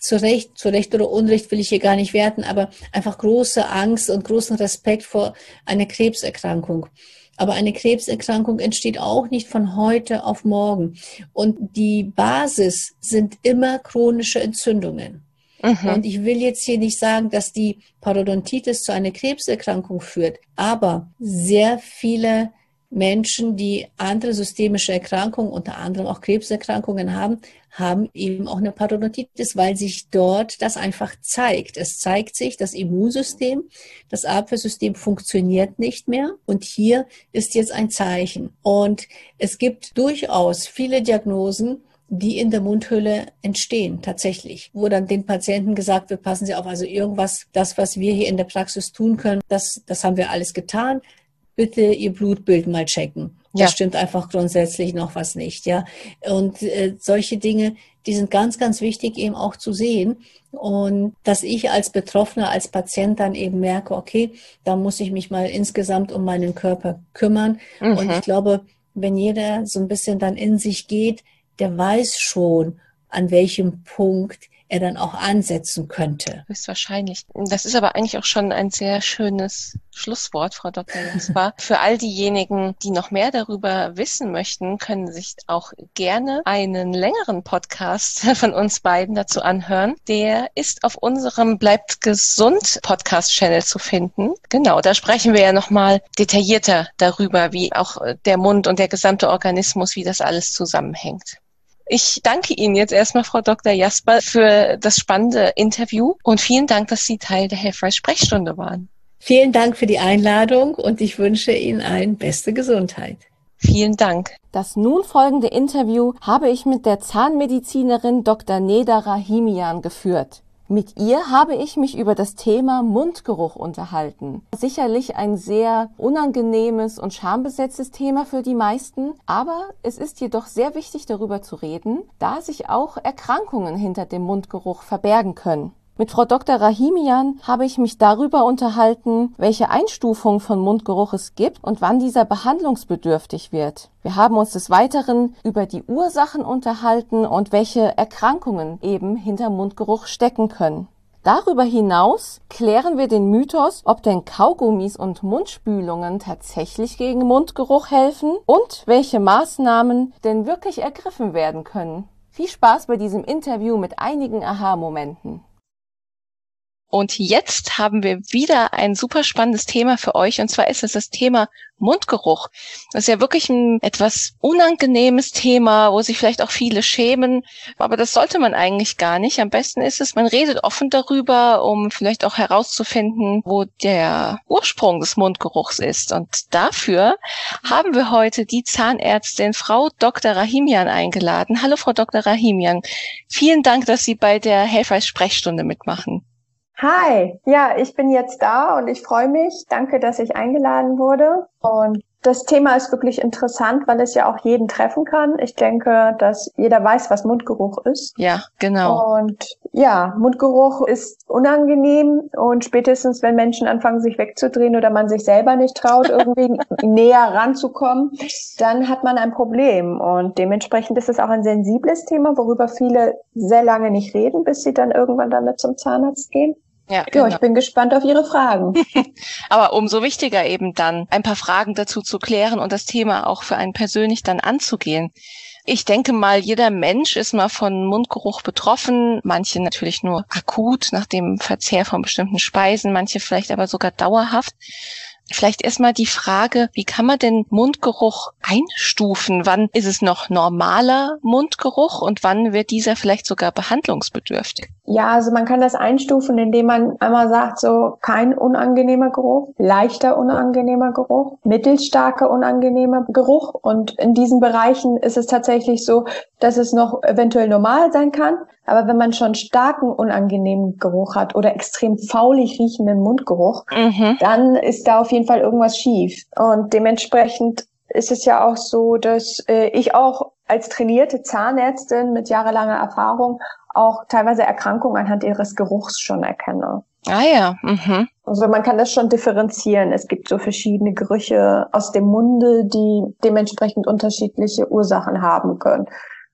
zu Recht, zu Recht oder Unrecht will ich hier gar nicht werten, aber einfach große Angst und großen Respekt vor einer Krebserkrankung. Aber eine Krebserkrankung entsteht auch nicht von heute auf morgen. Und die Basis sind immer chronische Entzündungen. Mhm. Und ich will jetzt hier nicht sagen, dass die Parodontitis zu einer Krebserkrankung führt, aber sehr viele Menschen, die andere systemische Erkrankungen, unter anderem auch Krebserkrankungen haben, haben eben auch eine Parodontitis, weil sich dort das einfach zeigt. Es zeigt sich, das Immunsystem, das Abwehrsystem funktioniert nicht mehr und hier ist jetzt ein Zeichen. Und es gibt durchaus viele Diagnosen, die in der Mundhöhle entstehen, tatsächlich, wo dann den Patienten gesagt wird, passen Sie auf, also irgendwas, das, was wir hier in der Praxis tun können, das, das haben wir alles getan. Bitte Ihr Blutbild mal checken. Das ja. stimmt einfach grundsätzlich noch was nicht, ja. Und äh, solche Dinge, die sind ganz, ganz wichtig eben auch zu sehen. Und dass ich als Betroffener, als Patient dann eben merke, okay, da muss ich mich mal insgesamt um meinen Körper kümmern. Mhm. Und ich glaube, wenn jeder so ein bisschen dann in sich geht, der weiß schon, an welchem Punkt er dann auch ansetzen könnte. Höchstwahrscheinlich. Das ist aber eigentlich auch schon ein sehr schönes Schlusswort, Frau Doktor Jasper. Für all diejenigen, die noch mehr darüber wissen möchten, können sich auch gerne einen längeren Podcast von uns beiden dazu anhören. Der ist auf unserem Bleibt gesund Podcast-Channel zu finden. Genau, da sprechen wir ja nochmal detaillierter darüber, wie auch der Mund und der gesamte Organismus, wie das alles zusammenhängt. Ich danke Ihnen jetzt erstmal, Frau Doktor Jasper, für das spannende Interview und vielen Dank, dass Sie Teil der Healthrise Sprechstunde waren. Vielen Dank für die Einladung und ich wünsche Ihnen eine beste Gesundheit. Vielen Dank. Das nun folgende Interview habe ich mit der Zahnmedizinerin Doktor Neda Rahimian geführt. Mit ihr habe ich mich über das Thema Mundgeruch unterhalten. Sicherlich ein sehr unangenehmes und schambesetztes Thema für die meisten, aber es ist jedoch sehr wichtig, darüber zu reden, da sich auch Erkrankungen hinter dem Mundgeruch verbergen können. Mit Frau Doktor Rahimian habe ich mich darüber unterhalten, welche Einstufung von Mundgeruch es gibt und wann dieser behandlungsbedürftig wird. Wir haben uns des Weiteren über die Ursachen unterhalten und welche Erkrankungen eben hinter Mundgeruch stecken können. Darüber hinaus klären wir den Mythos, ob denn Kaugummis und Mundspülungen tatsächlich gegen Mundgeruch helfen und welche Maßnahmen denn wirklich ergriffen werden können. Viel Spaß bei diesem Interview mit einigen Aha-Momenten. Und jetzt haben wir wieder ein super spannendes Thema für euch, und zwar ist es das Thema Mundgeruch. Das ist ja wirklich ein etwas unangenehmes Thema, wo sich vielleicht auch viele schämen, aber das sollte man eigentlich gar nicht. Am besten ist es, man redet offen darüber, um vielleicht auch herauszufinden, wo der Ursprung des Mundgeruchs ist. Und dafür haben wir heute die Zahnärztin Frau Doktor Rahimian eingeladen. Hallo Frau Doktor Rahimian, vielen Dank, dass Sie bei der Healthrise Sprechstunde mitmachen. Hi, ja, ich bin jetzt da und ich freue mich. Danke, dass ich eingeladen wurde. Und das Thema ist wirklich interessant, weil es ja auch jeden treffen kann. Ich denke, dass jeder weiß, was Mundgeruch ist. Ja, genau. Und ja, Mundgeruch ist unangenehm und spätestens, wenn Menschen anfangen, sich wegzudrehen oder man sich selber nicht traut, irgendwie näher ranzukommen, dann hat man ein Problem. Und dementsprechend ist es auch ein sensibles Thema, worüber viele sehr lange nicht reden, bis sie dann irgendwann damit zum Zahnarzt gehen. Ja, genau. Ja, ich bin gespannt auf Ihre Fragen. Aber umso wichtiger eben dann, ein paar Fragen dazu zu klären und das Thema auch für einen persönlich dann anzugehen. Ich denke mal, jeder Mensch ist mal von Mundgeruch betroffen, manche natürlich nur akut nach dem Verzehr von bestimmten Speisen, manche vielleicht aber sogar dauerhaft. Vielleicht erstmal die Frage, wie kann man denn Mundgeruch einstufen? Wann ist es noch normaler Mundgeruch und wann wird dieser vielleicht sogar behandlungsbedürftig? Ja, also man kann das einstufen, indem man einmal sagt, so kein unangenehmer Geruch, leichter unangenehmer Geruch, mittelstarker unangenehmer Geruch. Und in diesen Bereichen ist es tatsächlich so, dass es noch eventuell normal sein kann. Aber wenn man schon starken unangenehmen Geruch hat oder extrem faulig riechenden Mundgeruch, mhm. dann ist da auf jeden Fall irgendwas schief. Und dementsprechend ist es ja auch so, dass äh, ich auch als trainierte Zahnärztin mit jahrelanger Erfahrung auch teilweise Erkrankungen anhand ihres Geruchs schon erkenne. Ah ja. Mhm. Also man kann das schon differenzieren. Es gibt so verschiedene Gerüche aus dem Munde, die dementsprechend unterschiedliche Ursachen haben können.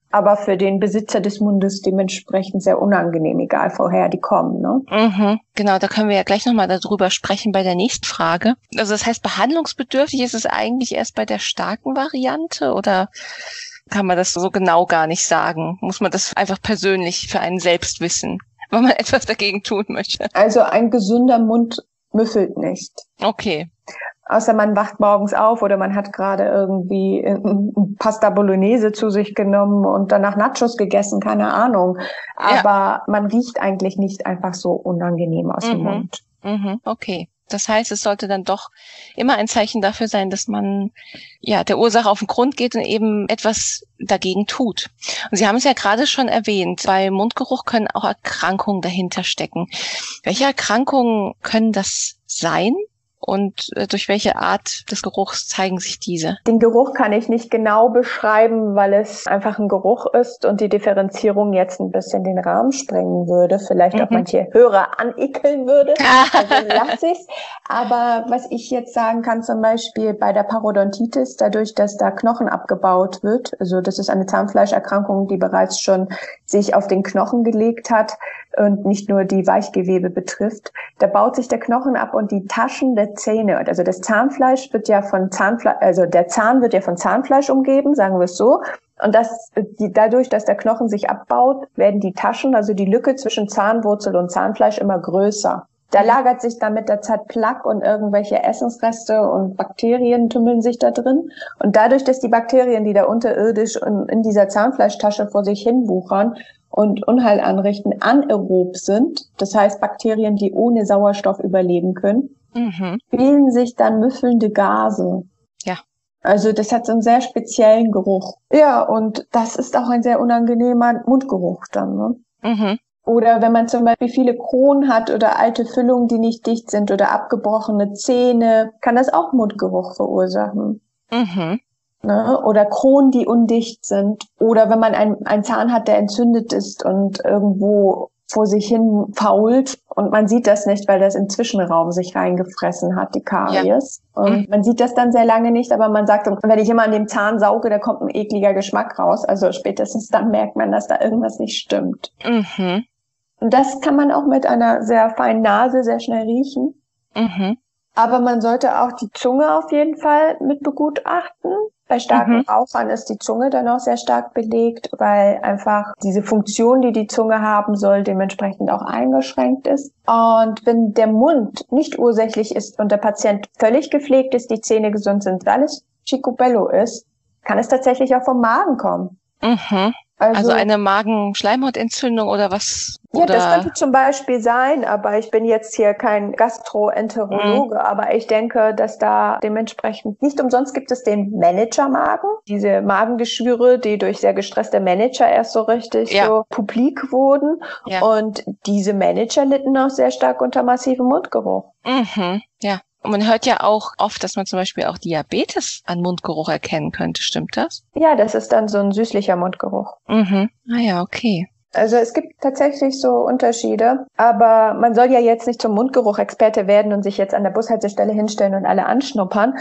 aber für den Besitzer des Mundes dementsprechend sehr unangenehm, egal woher die kommen. Ne? Mhm, genau, da können wir ja gleich nochmal darüber sprechen bei der nächsten Frage. Also das heißt, behandlungsbedürftig ist es eigentlich erst bei der starken Variante oder kann man das so genau gar nicht sagen? Muss man das einfach persönlich für einen selbst wissen, wenn man etwas dagegen tun möchte? Also ein gesunder Mund müffelt nicht. Okay. Außer man wacht morgens auf oder man hat gerade irgendwie Pasta Bolognese zu sich genommen und danach Nachos gegessen, keine Ahnung. Aber ja. Man riecht eigentlich nicht einfach so unangenehm aus mhm. dem Mund. Mhm. Okay. Das heißt, es sollte dann doch immer ein Zeichen dafür sein, dass man ja der Ursache auf den Grund geht und eben etwas dagegen tut. Und Sie haben es ja gerade schon erwähnt, bei Mundgeruch können auch Erkrankungen dahinter stecken. Welche Erkrankungen können das sein? Und äh, durch welche Art des Geruchs zeigen sich diese? Den Geruch kann ich nicht genau beschreiben, weil es einfach ein Geruch ist und die Differenzierung jetzt ein bisschen den Rahmen sprengen würde, vielleicht mhm. auch manche Hörer anekeln würde. Also lasse ich's. Aber was ich jetzt sagen kann, zum Beispiel bei der Parodontitis, dadurch, dass da Knochen abgebaut wird, also das ist eine Zahnfleischerkrankung, die bereits schon sich auf den Knochen gelegt hat und nicht nur die Weichgewebe betrifft, da baut sich der Knochen ab und die Taschen der Zähne, also das Zahnfleisch wird ja von Zahnfleisch, also der Zahn wird ja von Zahnfleisch umgeben, sagen wir es so. Und das, die, dadurch, dass der Knochen sich abbaut, werden die Taschen, also die Lücke zwischen Zahnwurzel und Zahnfleisch immer größer. Da lagert sich dann mit der Zeit Plaque und irgendwelche Essensreste und Bakterien tümmeln sich da drin. Und dadurch, dass die Bakterien, die da unterirdisch in, in dieser Zahnfleischtasche vor sich hin wuchern und Unheil anrichten, anaerob sind, das heißt Bakterien, die ohne Sauerstoff überleben können, mhm. bilden sich dann müffelnde Gase. Ja. Also das hat so einen sehr speziellen Geruch. Ja, und das ist auch ein sehr unangenehmer Mundgeruch dann, ne? Mhm. Oder wenn man zum Beispiel viele Kronen hat oder alte Füllungen, die nicht dicht sind oder abgebrochene Zähne, kann das auch Mundgeruch verursachen. Mhm. Ne? Oder Kronen, die undicht sind. Oder wenn man einen, einen Zahn hat, der entzündet ist und irgendwo vor sich hin fault und man sieht das nicht, weil das im Zwischenraum sich reingefressen hat, die Karies. Ja. Und mhm. man sieht das dann sehr lange nicht, aber man sagt, wenn ich immer an dem Zahn sauge, da kommt ein ekliger Geschmack raus. Also spätestens dann merkt man, dass da irgendwas nicht stimmt. Mhm. Und das kann man auch mit einer sehr feinen Nase sehr schnell riechen. Mhm. Aber man sollte auch die Zunge auf jeden Fall mit begutachten. Bei starken mhm. Rauchern ist die Zunge dann auch sehr stark belegt, weil einfach diese Funktion, die die Zunge haben soll, dementsprechend auch eingeschränkt ist. Und wenn der Mund nicht ursächlich ist und der Patient völlig gepflegt ist, die Zähne gesund sind, alles Chicobello ist, kann es tatsächlich auch vom Magen kommen. Mhm. Also, also eine Magenschleimhautentzündung oder was? Ja, oder? Das könnte zum Beispiel sein, aber ich bin jetzt hier kein Gastroenterologe, mhm. aber ich denke, dass da dementsprechend, nicht umsonst gibt es den Managermagen, diese Magengeschwüre, die durch sehr gestresste Manager erst so richtig ja. so publik wurden. Ja. Und diese Manager litten auch sehr stark unter massivem Mundgeruch. Mhm. Ja. Und man hört ja auch oft, dass man zum Beispiel auch Diabetes an Mundgeruch erkennen könnte. Stimmt das? Ja, das ist dann so ein süßlicher Mundgeruch. Mhm. Ah ja, okay. Also es gibt tatsächlich so Unterschiede, aber man soll ja jetzt nicht zum Mundgeruch-Experte werden und sich jetzt an der Bushaltestelle hinstellen und alle anschnuppern.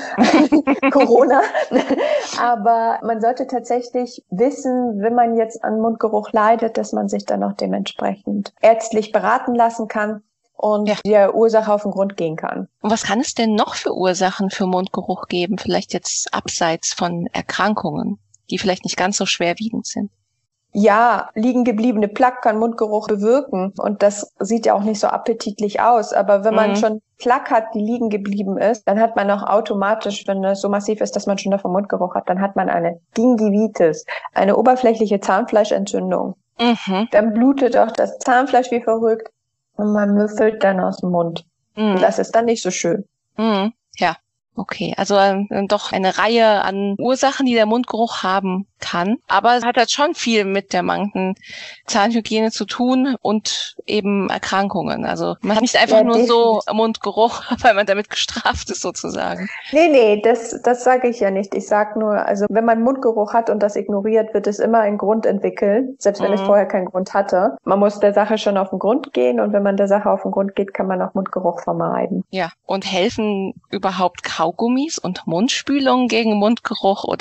Corona. Aber man sollte tatsächlich wissen, wenn man jetzt an Mundgeruch leidet, dass man sich dann auch dementsprechend ärztlich beraten lassen kann und ja. der Ursache auf den Grund gehen kann. Und was kann es denn noch für Ursachen für Mundgeruch geben? Vielleicht jetzt abseits von Erkrankungen, die vielleicht nicht ganz so schwerwiegend sind? Ja, liegen gebliebene Plaque kann Mundgeruch bewirken und das sieht ja auch nicht so appetitlich aus. Aber wenn man mhm. schon Plaque hat, die liegen geblieben ist, dann hat man auch automatisch, wenn es so massiv ist, dass man schon davon Mundgeruch hat, dann hat man eine Gingivitis, eine oberflächliche Zahnfleischentzündung. Mhm. Dann blutet auch das Zahnfleisch wie verrückt und man müffelt dann aus dem Mund. Mhm. Und das ist dann nicht so schön. Mhm. Ja. Okay, also äh, doch eine Reihe an Ursachen, die der Mundgeruch haben kann. Aber es hat halt schon viel mit der mangelnden Zahnhygiene zu tun und eben Erkrankungen. Also man hat nicht einfach ja, nur definitiv. so Mundgeruch, weil man damit gestraft ist sozusagen. Nee, nee, das das sage ich ja nicht. Ich sage nur, also wenn man Mundgeruch hat und das ignoriert, wird es immer einen Grund entwickeln, selbst wenn mhm. es vorher keinen Grund hatte. Man muss der Sache schon auf den Grund gehen und wenn man der Sache auf den Grund geht, kann man auch Mundgeruch vermeiden. Ja, und helfen überhaupt Kaugummis und Mundspülungen gegen Mundgeruch oder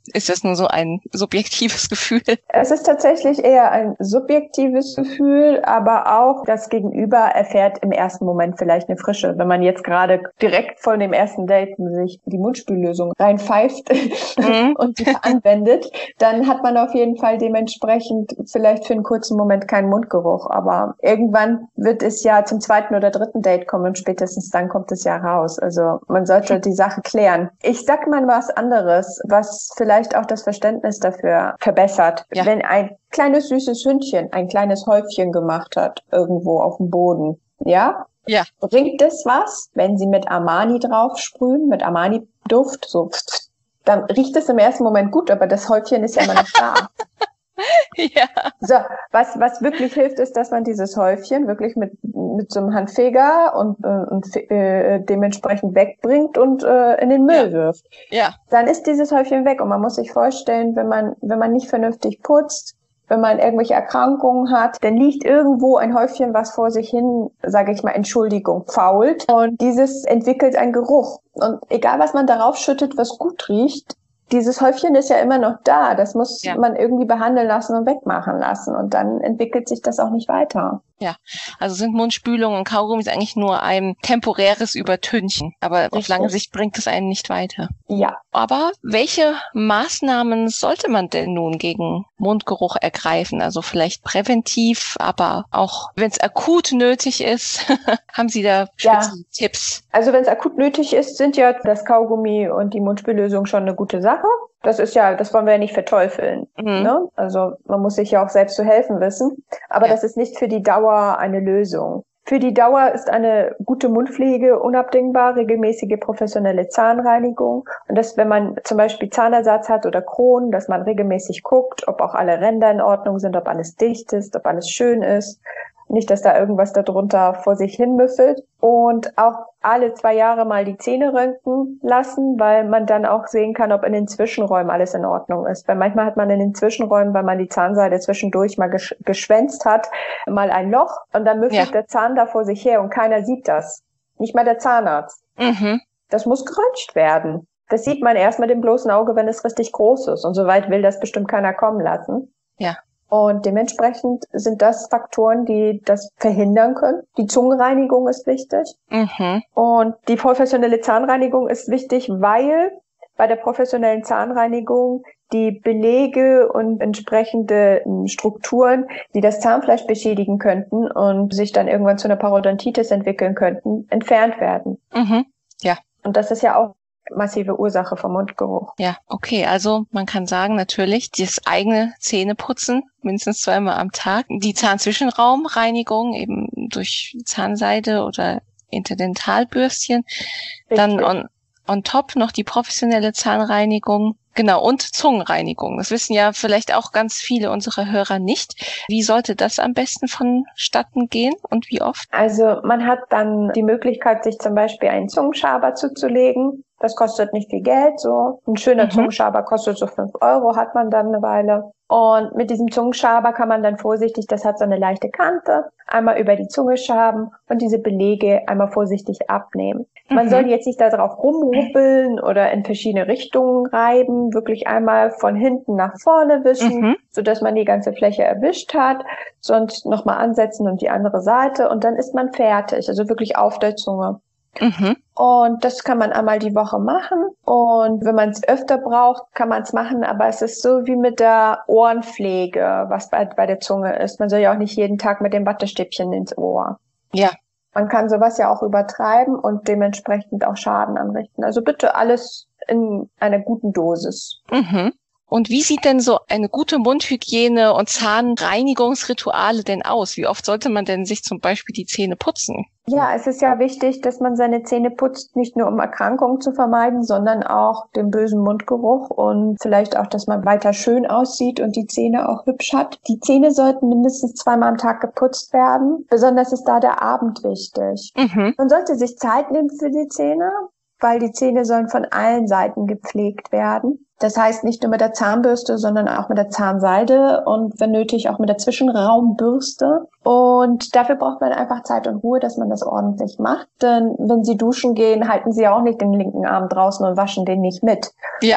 ist das nur so ein subjektives Gefühl? Es ist tatsächlich eher ein subjektives Gefühl, aber auch das Gegenüber erfährt im ersten Moment vielleicht eine Frische. Wenn man jetzt gerade direkt von dem ersten Date sich die Mundspüllösung reinpfeift mhm. und die anwendet, dann hat man auf jeden Fall dementsprechend vielleicht für einen kurzen Moment keinen Mundgeruch. Aber irgendwann wird es ja zum zweiten oder dritten Date kommen und spätestens dann kommt es ja raus. Also man sollte die Sache klären. Ich sag mal was anderes, was vielleicht auch das Verständnis dafür verbessert. Ja. Wenn ein kleines süßes Hündchen ein kleines Häufchen gemacht hat, irgendwo auf dem Boden, ja? Ja. Bringt es was, wenn Sie mit Armani draufsprühen, mit Armani-Duft, so, dann riecht es im ersten Moment gut, aber das Häufchen ist ja immer noch da. Ja. So, was, was wirklich hilft, ist, dass man dieses Häufchen wirklich mit, mit so einem Handfeger und, äh, und äh, dementsprechend wegbringt und äh, in den Müll ja. wirft. Ja. Dann ist dieses Häufchen weg und man muss sich vorstellen, wenn man, wenn man nicht vernünftig putzt, wenn man irgendwelche Erkrankungen hat, dann liegt irgendwo ein Häufchen, was vor sich hin, sage ich mal, Entschuldigung, fault. Und dieses entwickelt einen Geruch. Und egal, was man darauf schüttet, was gut riecht, dieses Häufchen ist ja immer noch da. Das muss ja. man irgendwie behandeln lassen und wegmachen lassen. Und dann entwickelt sich das auch nicht weiter. Ja, also sind Mundspülungen und Kaugummis eigentlich nur ein temporäres Übertünchen. Aber Richtig. Auf lange Sicht bringt es einen nicht weiter. Ja. Aber welche Maßnahmen sollte man denn nun gegen Mundgeruch ergreifen? Also vielleicht präventiv, aber auch wenn es akut nötig ist. Haben Sie da spezielle ja. Tipps? Also wenn es akut nötig ist, sind ja das Kaugummi und die Mundspüllösung schon eine gute Sache. Das ist ja, das wollen wir ja nicht verteufeln. Mhm. Ne? Also man muss sich ja auch selbst zu helfen wissen. Aber ja. das ist nicht für die Dauer eine Lösung. Für die Dauer ist eine gute Mundpflege unabdingbar, regelmäßige professionelle Zahnreinigung. Und das, wenn man zum Beispiel Zahnersatz hat oder Kronen, dass man regelmäßig guckt, ob auch alle Ränder in Ordnung sind, ob alles dicht ist, ob alles schön ist. Nicht, dass da irgendwas darunter vor sich hin müffelt. Und auch alle zwei Jahre mal die Zähne röntgen lassen, weil man dann auch sehen kann, ob in den Zwischenräumen alles in Ordnung ist. Weil manchmal hat man in den Zwischenräumen, weil man die Zahnseide zwischendurch mal gesch- geschwänzt hat, mal ein Loch und dann müffelt ja. der Zahn da vor sich her und keiner sieht das. Nicht mal der Zahnarzt. Mhm. Das muss geröntgt werden. Das sieht man erst mit dem bloßen Auge, wenn es richtig groß ist. Und so weit will das bestimmt keiner kommen lassen. Ja. Und dementsprechend sind das Faktoren, die das verhindern können. Die Zungenreinigung ist wichtig. Mhm. Und die professionelle Zahnreinigung ist wichtig, weil bei der professionellen Zahnreinigung die Belege und entsprechende Strukturen, die das Zahnfleisch beschädigen könnten und sich dann irgendwann zu einer Parodontitis entwickeln könnten, entfernt werden. Mhm. Ja. Und das ist ja auch massive Ursache vom Mundgeruch. Ja, okay, also man kann sagen natürlich, das eigene Zähneputzen mindestens zweimal am Tag, die Zahnzwischenraumreinigung eben durch Zahnseide oder Interdentalbürstchen, Richtig. Dann on, on top noch die professionelle Zahnreinigung, genau, und Zungenreinigung. Das wissen ja vielleicht auch ganz viele unserer Hörer nicht. Wie sollte das am besten vonstatten gehen und wie oft? Also man hat dann die Möglichkeit, sich zum Beispiel einen Zungenschaber zuzulegen. Das kostet nicht viel Geld, so. Ein schöner mhm. Zungenschaber kostet so fünf Euro, hat man dann eine Weile. Und mit diesem Zungenschaber kann man dann vorsichtig, das hat so eine leichte Kante, einmal über die Zunge schaben und diese Belege einmal vorsichtig abnehmen. Mhm. Man soll jetzt nicht da drauf rumruppeln oder in verschiedene Richtungen reiben, wirklich einmal von hinten nach vorne wischen, mhm. sodass man die ganze Fläche erwischt hat, sonst nochmal ansetzen und die andere Seite und dann ist man fertig, also wirklich auf der Zunge. Mhm. Und das kann man einmal die Woche machen. Und wenn man es öfter braucht, kann man es machen. Aber es ist so wie mit der Ohrenpflege, was bei, bei der Zunge ist. Man soll ja auch nicht jeden Tag mit dem Wattestäbchen ins Ohr. Ja. Man kann sowas ja auch übertreiben und dementsprechend auch Schaden anrichten. Also bitte alles in einer guten Dosis. Mhm. Und wie sieht denn so eine gute Mundhygiene und Zahnreinigungsrituale denn aus? Wie oft sollte man denn sich zum Beispiel die Zähne putzen? Ja, es ist ja wichtig, dass man seine Zähne putzt, nicht nur um Erkrankungen zu vermeiden, sondern auch den bösen Mundgeruch und vielleicht auch, dass man weiter schön aussieht und die Zähne auch hübsch hat. Die Zähne sollten mindestens zweimal am Tag geputzt werden. Besonders ist da der Abend wichtig. Mhm. Man sollte sich Zeit nehmen für die Zähne, weil die Zähne sollen von allen Seiten gepflegt werden. Das heißt nicht nur mit der Zahnbürste, sondern auch mit der Zahnseide und wenn nötig auch mit der Zwischenraumbürste. Und dafür braucht man einfach Zeit und Ruhe, dass man das ordentlich macht. Denn wenn Sie duschen gehen, halten Sie auch nicht den linken Arm draußen und waschen den nicht mit. Ja.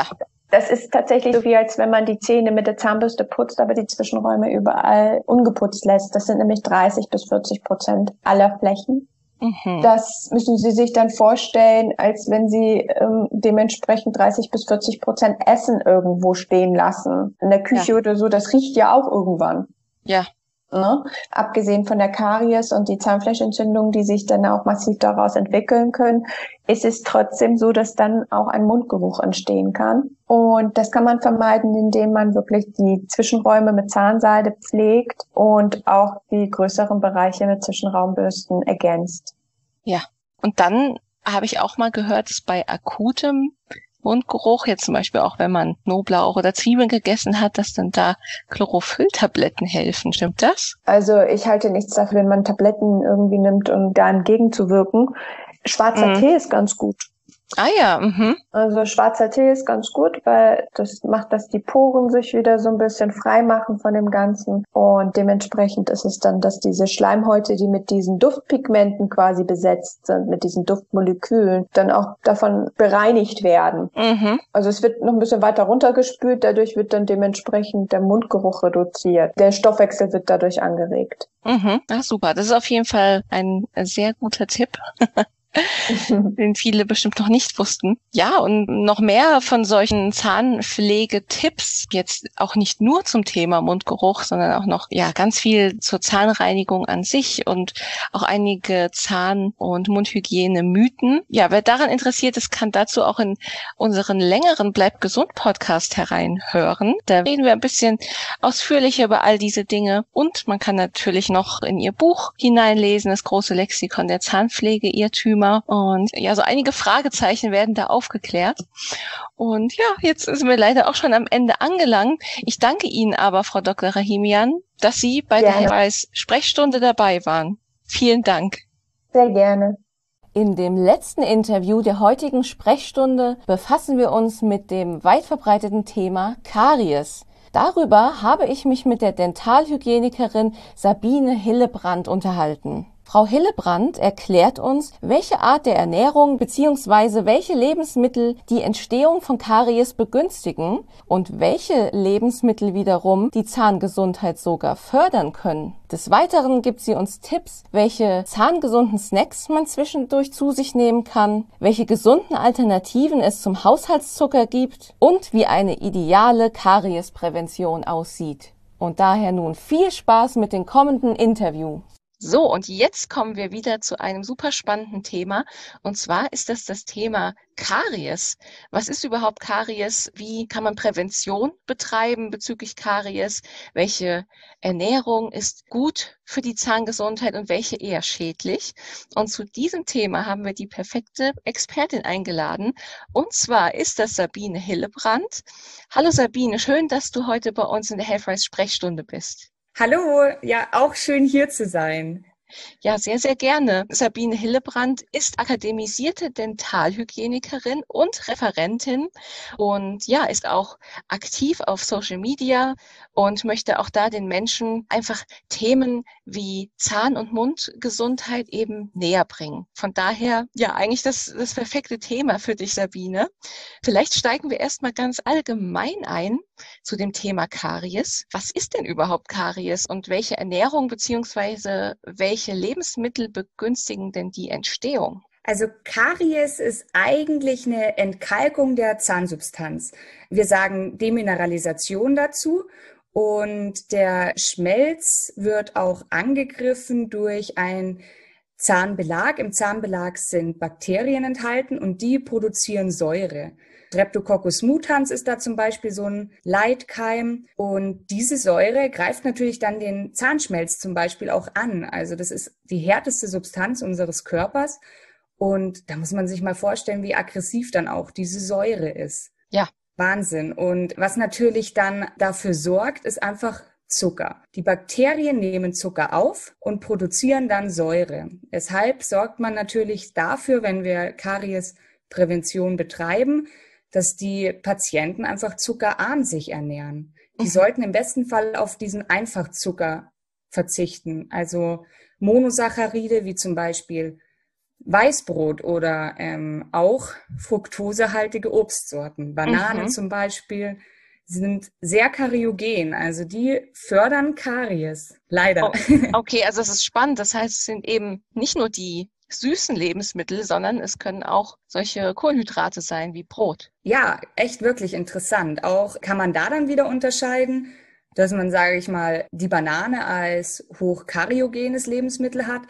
Das ist tatsächlich so wie, als wenn man die Zähne mit der Zahnbürste putzt, aber die Zwischenräume überall ungeputzt lässt. Das sind nämlich dreißig bis vierzig Prozent aller Flächen. Mhm. Das müssen Sie sich dann vorstellen, als wenn Sie ähm, dementsprechend dreißig bis vierzig Prozent Essen irgendwo stehen lassen. In der Küche ja. oder so, das riecht ja auch irgendwann. Ja. Ne? Abgesehen von der Karies und die Zahnfleischentzündung, die sich dann auch massiv daraus entwickeln können, ist es trotzdem so, dass dann auch ein Mundgeruch entstehen kann. Und das kann man vermeiden, indem man wirklich die Zwischenräume mit Zahnseide pflegt und auch die größeren Bereiche mit Zwischenraumbürsten ergänzt. Ja, und dann habe ich auch mal gehört, dass bei akutem Mundgeruch, jetzt zum Beispiel auch wenn man Knoblauch oder Zwiebeln gegessen hat, dass dann da Chlorophylltabletten helfen. Stimmt das? Also ich halte nichts dafür, wenn man Tabletten irgendwie nimmt, um da entgegenzuwirken. Schwarzer mm. Tee ist ganz gut. Ah ja, mhm. Also schwarzer Tee ist ganz gut, weil das macht, dass die Poren sich wieder so ein bisschen frei machen von dem Ganzen. Und dementsprechend ist es dann, dass diese Schleimhäute, die mit diesen Duftpigmenten quasi besetzt sind, mit diesen Duftmolekülen, dann auch davon bereinigt werden. Mhm. Also es wird noch ein bisschen weiter runtergespült, dadurch wird dann dementsprechend der Mundgeruch reduziert. Der Stoffwechsel wird dadurch angeregt. Mhm. Ach super, das ist auf jeden Fall ein sehr guter Tipp. Den viele bestimmt noch nicht wussten. Ja, und noch mehr von solchen Zahnpflegetipps, jetzt auch nicht nur zum Thema Mundgeruch, sondern auch noch ja ganz viel zur Zahnreinigung an sich und auch einige Zahn- und Mundhygiene-Mythen. Ja, wer daran interessiert ist, kann dazu auch in unseren längeren Bleib gesund Podcast hereinhören. Da reden wir ein bisschen ausführlicher über all diese Dinge und man kann natürlich noch in ihr Buch hineinlesen, das große Lexikon der Zahnpflege, Irrtümer. Und ja, so einige Fragezeichen werden da aufgeklärt. Und ja, jetzt sind wir leider auch schon am Ende angelangt. Ich danke Ihnen aber, Frau Doktor Rahimian, dass Sie bei gerne. der Sprechstunde dabei waren. Vielen Dank. Sehr gerne. In dem letzten Interview der heutigen Sprechstunde befassen wir uns mit dem weit verbreiteten Thema Karies. Darüber habe ich mich mit der Dentalhygienikerin Sabine Hillebrand unterhalten. Frau Hillebrand erklärt uns, welche Art der Ernährung bzw. welche Lebensmittel die Entstehung von Karies begünstigen und welche Lebensmittel wiederum die Zahngesundheit sogar fördern können. Des Weiteren gibt sie uns Tipps, welche zahngesunden Snacks man zwischendurch zu sich nehmen kann, welche gesunden Alternativen es zum Haushaltszucker gibt und wie eine ideale Kariesprävention aussieht. Und daher nun viel Spaß mit dem kommenden Interview. So, und jetzt kommen wir wieder zu einem super spannenden Thema. Und zwar ist das das Thema Karies. Was ist überhaupt Karies? Wie kann man Prävention betreiben bezüglich Karies? Welche Ernährung ist gut für die Zahngesundheit und welche eher schädlich? Und zu diesem Thema haben wir die perfekte Expertin eingeladen. Und zwar ist das Sabine Hillebrand. Hallo Sabine, schön, dass du heute bei uns in der Healthrise Sprechstunde bist. Hallo, ja, auch schön hier zu sein. Ja, sehr, sehr gerne. Sabine Hillebrand ist akademisierte Dentalhygienikerin und Referentin und ja, ist auch aktiv auf Social Media und möchte auch da den Menschen einfach Themen wie Zahn- und Mundgesundheit eben näher bringen. Von daher, ja, eigentlich das, das perfekte Thema für dich, Sabine. Vielleicht steigen wir erstmal ganz allgemein ein zu dem Thema Karies. Was ist denn überhaupt Karies und welche Ernährung beziehungsweise welche Welche Lebensmittel begünstigen denn die Entstehung? Also Karies ist eigentlich eine Entkalkung der Zahnsubstanz. Wir sagen Demineralisation dazu und der Schmelz wird auch angegriffen durch einen Zahnbelag. Im Zahnbelag sind Bakterien enthalten und die produzieren Säure. Streptococcus mutans ist da zum Beispiel so ein Leitkeim und diese Säure greift natürlich dann den Zahnschmelz zum Beispiel auch an. Also das ist die härteste Substanz unseres Körpers und da muss man sich mal vorstellen, wie aggressiv dann auch diese Säure ist. Ja. Wahnsinn. Und was natürlich dann dafür sorgt, ist einfach Zucker. Die Bakterien nehmen Zucker auf und produzieren dann Säure. Deshalb sorgt man natürlich dafür, wenn wir Kariesprävention betreiben, dass die Patienten einfach zuckerarm sich ernähren. Die mhm. sollten im besten Fall auf diesen Einfachzucker verzichten, also Monosaccharide wie zum Beispiel Weißbrot oder ähm, auch fruktosehaltige Obstsorten. Bananen Mhm. zum Beispiel sind sehr kariogen, also die fördern Karies, leider. Oh, okay, also es ist spannend. Das heißt, es sind eben nicht nur die süßen Lebensmittel, sondern es können auch solche Kohlenhydrate sein wie Brot. Ja, echt wirklich interessant. Auch kann man da dann wieder unterscheiden, dass man, sage ich mal, die Banane als hochkariogenes Lebensmittel hat,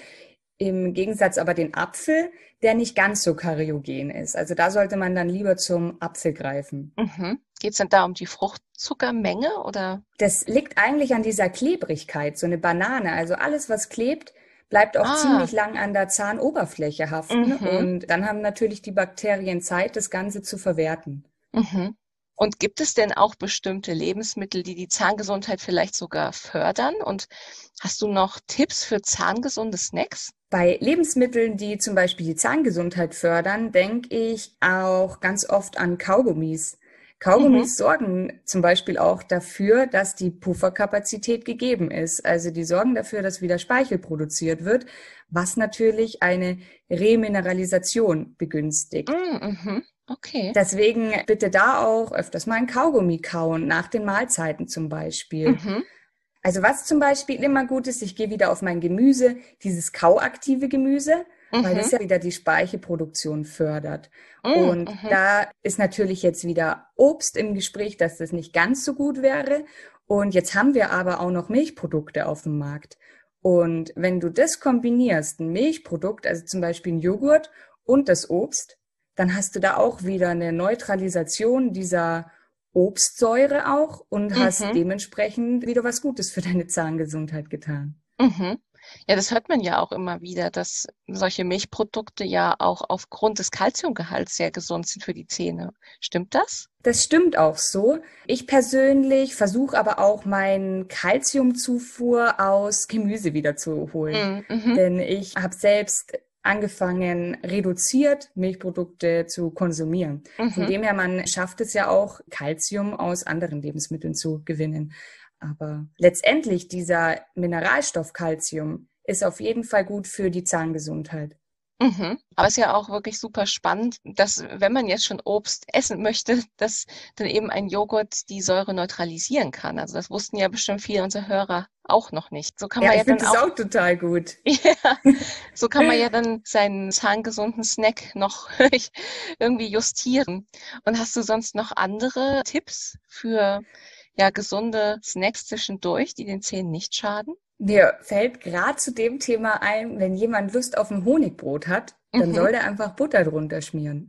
im Gegensatz aber den Apfel, der nicht ganz so kariogen ist. Also da sollte man dann lieber zum Apfel greifen. Mhm. Geht es denn da um die Fruchtzuckermenge oder? Das liegt eigentlich an dieser Klebrigkeit, so eine Banane. Also alles, was klebt, bleibt auch Ah. ziemlich lang an der Zahnoberfläche haften. Mhm. Und dann haben natürlich die Bakterien Zeit, das Ganze zu verwerten. Mhm. Und gibt es denn auch bestimmte Lebensmittel, die die Zahngesundheit vielleicht sogar fördern? Und hast du noch Tipps für zahngesunde Snacks? Bei Lebensmitteln, die zum Beispiel die Zahngesundheit fördern, denke ich auch ganz oft an Kaugummis. Kaugummis Mhm. sorgen zum Beispiel auch dafür, dass die Pufferkapazität gegeben ist. Also die sorgen dafür, dass wieder Speichel produziert wird, was natürlich eine Remineralisation begünstigt. Mhm. Okay. Deswegen bitte da auch öfters mal ein Kaugummi kauen, nach den Mahlzeiten zum Beispiel. Mhm. Also was zum Beispiel immer gut ist, ich gehe wieder auf mein Gemüse, dieses kauaktive Gemüse, weil das Mhm. ja wieder die Speichelproduktion fördert. Mhm. Und Mhm. da ist natürlich jetzt wieder Obst im Gespräch, dass das nicht ganz so gut wäre. Und jetzt haben wir aber auch noch Milchprodukte auf dem Markt. Und wenn du das kombinierst, ein Milchprodukt, also zum Beispiel ein Joghurt und das Obst, dann hast du da auch wieder eine Neutralisation dieser Obstsäure auch und hast Mhm. dementsprechend wieder was Gutes für deine Zahngesundheit getan. Mhm. Ja, das hört man ja auch immer wieder, dass solche Milchprodukte ja auch aufgrund des Kalziumgehalts sehr gesund sind für die Zähne. Stimmt das? Das stimmt auch so. Ich persönlich versuche aber auch meinen Kalziumzufuhr aus Gemüse wieder zu holen. Mhm. Mhm. Denn ich habe selbst angefangen, reduziert Milchprodukte zu konsumieren. Von Mhm. dem her, man schafft es ja auch, Kalzium aus anderen Lebensmitteln zu gewinnen. Aber letztendlich dieser Mineralstoff Kalzium ist auf jeden Fall gut für die Zahngesundheit. Mhm. Aber es ist ja auch wirklich super spannend, dass, wenn man jetzt schon Obst essen möchte, dass dann eben ein Joghurt die Säure neutralisieren kann. Also das wussten ja bestimmt viele unserer Hörer auch noch nicht. So kann Ja, man ich ja dann finde das auch, auch total gut. ja, so kann man ja dann seinen zahngesunden Snack noch irgendwie justieren. Und hast du sonst noch andere Tipps für ja gesunde Snacks zwischendurch, die den Zähnen nicht schaden? Mir fällt gerade zu dem Thema ein, wenn jemand Lust auf ein Honigbrot hat, dann Mhm. soll der einfach Butter drunter schmieren.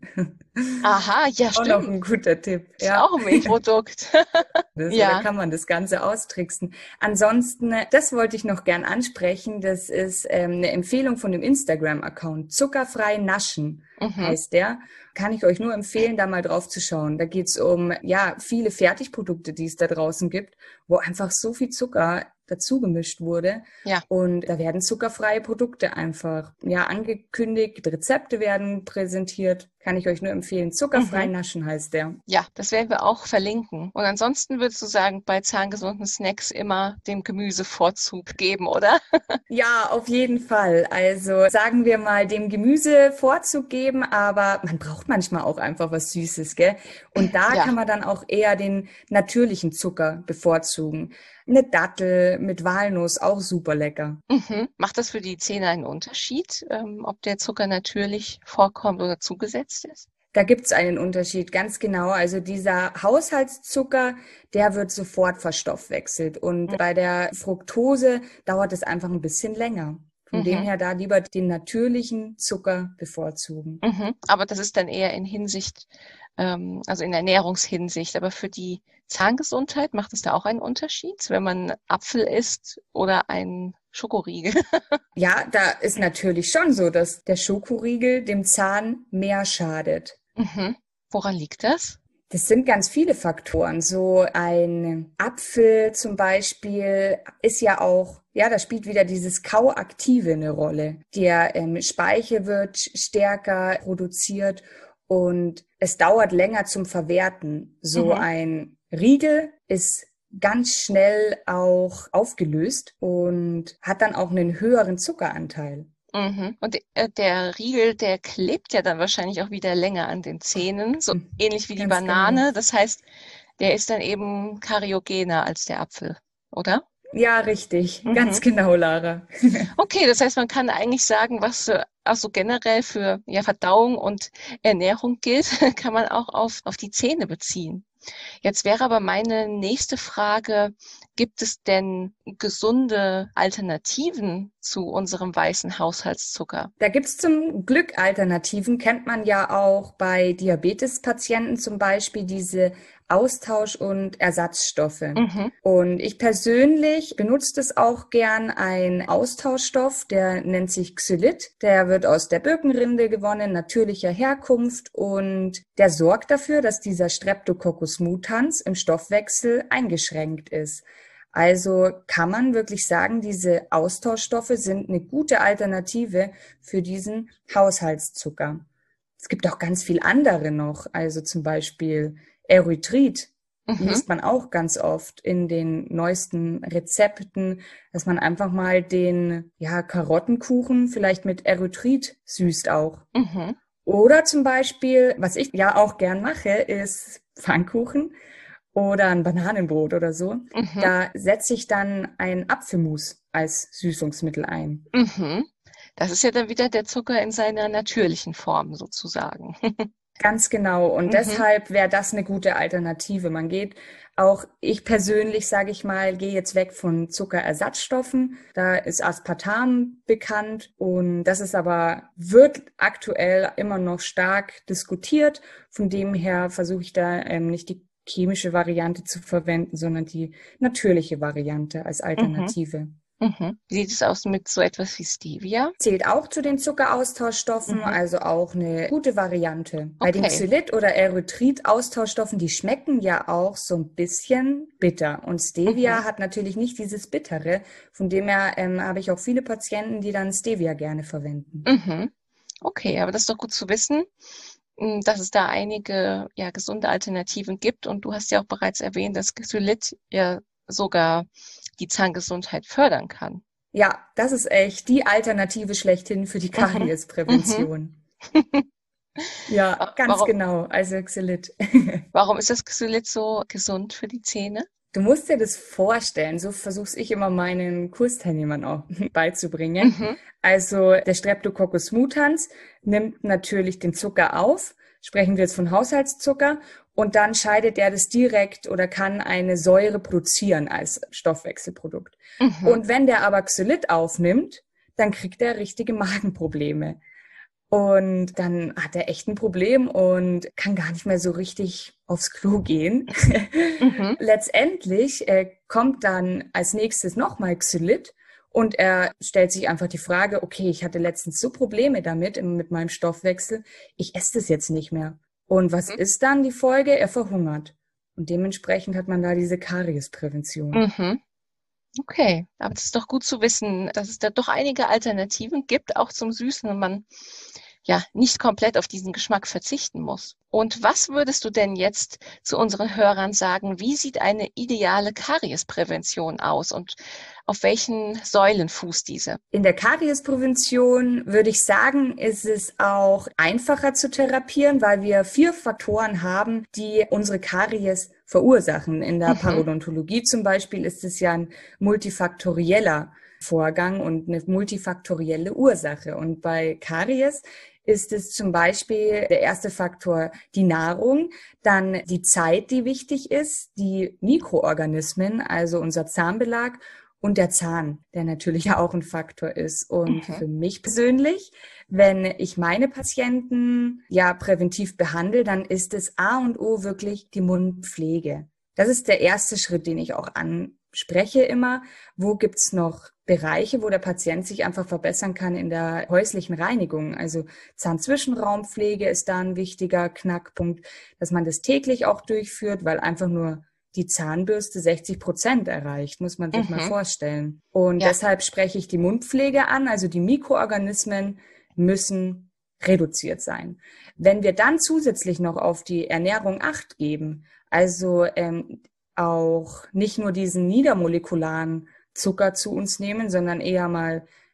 Aha, ja, Auch noch stimmt. ein guter Tipp. Ist Ja, auch ein Milchprodukt. das, Ja. da kann man das Ganze austricksen. Ansonsten, das wollte ich noch gern ansprechen. Das ist ähm, eine Empfehlung von dem Instagram-Account. Zuckerfrei naschen Mhm. heißt der. Kann ich euch nur empfehlen, da mal drauf zu schauen. Da geht's um ja viele Fertigprodukte, die es da draußen gibt, wo einfach so viel Zucker dazu gemischt wurde. Ja. Und da werden zuckerfreie Produkte einfach ja angekündigt, Rezepte werden präsentiert. Kann ich euch nur empfehlen. Zuckerfrei Mhm. naschen heißt der. Ja, das werden wir auch verlinken. Und ansonsten würdest du sagen, bei zahngesunden Snacks immer dem Gemüse Vorzug geben, oder? Ja, auf jeden Fall. Also sagen wir mal, dem Gemüse Vorzug geben, aber man braucht manchmal auch einfach was Süßes, gell? Und da Ja. kann man dann auch eher den natürlichen Zucker bevorzugen. Eine Dattel mit Walnuss, auch super lecker. Mhm. Macht das für die Zähne einen Unterschied, ähm, ob der Zucker natürlich vorkommt oder zugesetzt ist? Da gibt's einen Unterschied, ganz genau. Also dieser Haushaltszucker, der wird sofort verstoffwechselt. Und Mhm. bei der Fructose dauert es einfach ein bisschen länger. Von Mhm. dem her da lieber den natürlichen Zucker bevorzugen. Mhm. Aber das ist dann eher in Hinsicht, ähm, also in Ernährungshinsicht. Aber für die Zahngesundheit macht es da auch einen Unterschied, wenn man Apfel isst oder einen Schokoriegel? Ja, da ist natürlich schon so, dass der Schokoriegel dem Zahn mehr schadet. Mhm. Woran liegt das? Das sind ganz viele Faktoren. So ein Apfel zum Beispiel ist ja auch, ja, da spielt wieder dieses Kauaktive eine Rolle. Der ähm, Speichel wird stärker produziert und es dauert länger zum Verwerten. So Mhm. ein Riegel ist ganz schnell auch aufgelöst und hat dann auch einen höheren Zuckeranteil. Mhm. Und äh, der Riegel, der klebt ja dann wahrscheinlich auch wieder länger an den Zähnen, so ähnlich wie die Ganz Banane. genau. Das heißt, der ist dann eben kariogener als der Apfel, oder? Ja, richtig. Ganz Mhm. genau, Lara. Okay, das heißt, man kann eigentlich sagen, was äh, also generell für ja, Verdauung und Ernährung gilt, kann man auch auf, auf die Zähne beziehen. Jetzt wäre aber meine nächste Frage, gibt es denn gesunde Alternativen zu unserem weißen Haushaltszucker? Da gibt's zum Glück Alternativen, kennt man ja auch bei Diabetespatienten zum Beispiel diese Austausch- und Ersatzstoffe. Mhm, Und ich persönlich benutze das auch gern, ein Austauschstoff, der nennt sich Xylit. Der wird aus der Birkenrinde gewonnen, natürlicher Herkunft, und der sorgt dafür, dass dieser Streptococcus mutans im Stoffwechsel eingeschränkt ist. Also kann man wirklich sagen, diese Austauschstoffe sind eine gute Alternative für diesen Haushaltszucker. Es gibt auch ganz viel andere noch, also zum Beispiel Erythrit mhm, liest man auch ganz oft in den neuesten Rezepten, dass man einfach mal den, ja, Karottenkuchen vielleicht mit Erythrit süßt auch. mhm, Oder zum Beispiel, was ich ja auch gern mache, ist Pfannkuchen oder ein Bananenbrot oder so. mhm, Da setze ich dann ein Apfelmus als Süßungsmittel ein. mhm. Das ist ja dann wieder der Zucker in seiner natürlichen Form sozusagen. Ganz genau. Und Mhm, deshalb wäre das eine gute Alternative. Man geht auch, ich persönlich, sage ich mal, gehe jetzt weg von Zuckerersatzstoffen. Da ist Aspartam bekannt, und das ist aber, wird aktuell immer noch stark diskutiert. Von dem her versuche ich da ähm, nicht die chemische Variante zu verwenden, sondern die natürliche Variante als mhm, Alternative. mhm. Wie sieht es aus mit so etwas wie Stevia? Zählt auch zu den Zuckeraustauschstoffen, Mhm. also auch eine gute Variante. Bei den Okay. Xylit- oder Erythrit-Austauschstoffen, die schmecken ja auch so ein bisschen bitter. Und Mhm. Stevia hat natürlich nicht dieses Bittere. Von dem her ähm, habe ich auch viele Patienten, die dann Stevia gerne verwenden. Mhm. Okay, aber das ist doch gut zu wissen, m, dass es da einige ja, gesunde Alternativen gibt. Und du hast ja auch bereits erwähnt, dass Xylit ja sogar die Zahngesundheit fördern kann. Ja, das ist echt die Alternative schlechthin für die Mhm. Mhm. Kariesprävention. Ja, Wa- ganz Warum, genau. Also Xylit. warum ist das Xylit so gesund für die Zähne? Du musst dir das vorstellen, so versuche ich immer meinen Kursteilnehmern auch beizubringen. Mhm. Also der Streptococcus mutans nimmt natürlich den Zucker auf, sprechen wir jetzt von Haushaltszucker, und dann scheidet er das direkt oder kann eine Säure produzieren als Stoffwechselprodukt. Mhm. Und wenn der aber Xylit aufnimmt, dann kriegt er richtige Magenprobleme. Und dann hat er echt ein Problem und kann gar nicht mehr so richtig aufs Klo gehen. Mhm. Letztendlich äh, kommt dann als nächstes nochmal Xylit, und er stellt sich einfach die Frage, okay, ich hatte letztens so Probleme damit, im- mit meinem Stoffwechsel, ich esse das jetzt nicht mehr. Und was ist dann die Folge? Er verhungert. Und dementsprechend hat man da diese Kariesprävention. Mhm. Okay, aber das ist doch gut zu wissen, dass es da doch einige Alternativen gibt, auch zum Süßen, und man ja nicht komplett auf diesen Geschmack verzichten muss. Und was würdest du denn jetzt zu unseren Hörern sagen? Wie sieht eine ideale Kariesprävention aus und auf welchen Säulen fußt diese? In der Kariesprävention würde ich sagen, ist es auch einfacher zu therapieren, weil wir vier Faktoren haben, die unsere Karies verursachen. In der Mhm, Parodontologie zum Beispiel ist es ja ein multifaktorieller Vorgang und eine multifaktorielle Ursache. Und bei Karies ist es zum Beispiel der erste Faktor die Nahrung, dann die Zeit, die wichtig ist, die Mikroorganismen, also unser Zahnbelag, und der Zahn, der natürlich ja auch ein Faktor ist. Und mhm, für mich persönlich, wenn ich meine Patienten ja präventiv behandle, dann ist es A und O wirklich die Mundpflege. Das ist der erste Schritt, den ich auch anspreche immer. Wo gibt's noch Bereiche, wo der Patient sich einfach verbessern kann in der häuslichen Reinigung? Also Zahnzwischenraumpflege ist da ein wichtiger Knackpunkt, dass man das täglich auch durchführt, weil einfach nur die Zahnbürste sechzig Prozent erreicht, muss man sich mal mhm. vorstellen. Und Ja, deshalb spreche ich die Mundpflege an, also die Mikroorganismen müssen reduziert sein. Wenn wir dann zusätzlich noch auf die Ernährung Acht geben, also ähm, auch nicht nur diesen niedermolekularen Zucker zu uns nehmen, sondern eher mal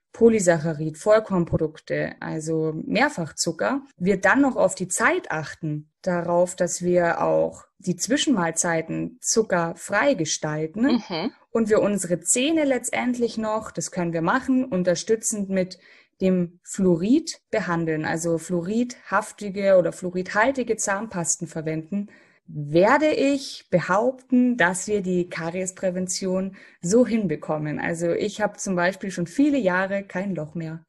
Polysaccharid, Vollkornprodukte, also Mehrfachzucker, wir dann noch auf die Zeit achten, darauf, dass wir auch die Zwischenmahlzeiten zuckerfrei gestalten Mhm. und wir unsere Zähne letztendlich noch, das können wir machen, unterstützend mit dem Fluorid behandeln, also fluoridhaftige oder fluoridhaltige Zahnpasten verwenden, werde ich behaupten, dass wir die Kariesprävention so hinbekommen. Also ich habe zum Beispiel schon viele Jahre kein Loch mehr.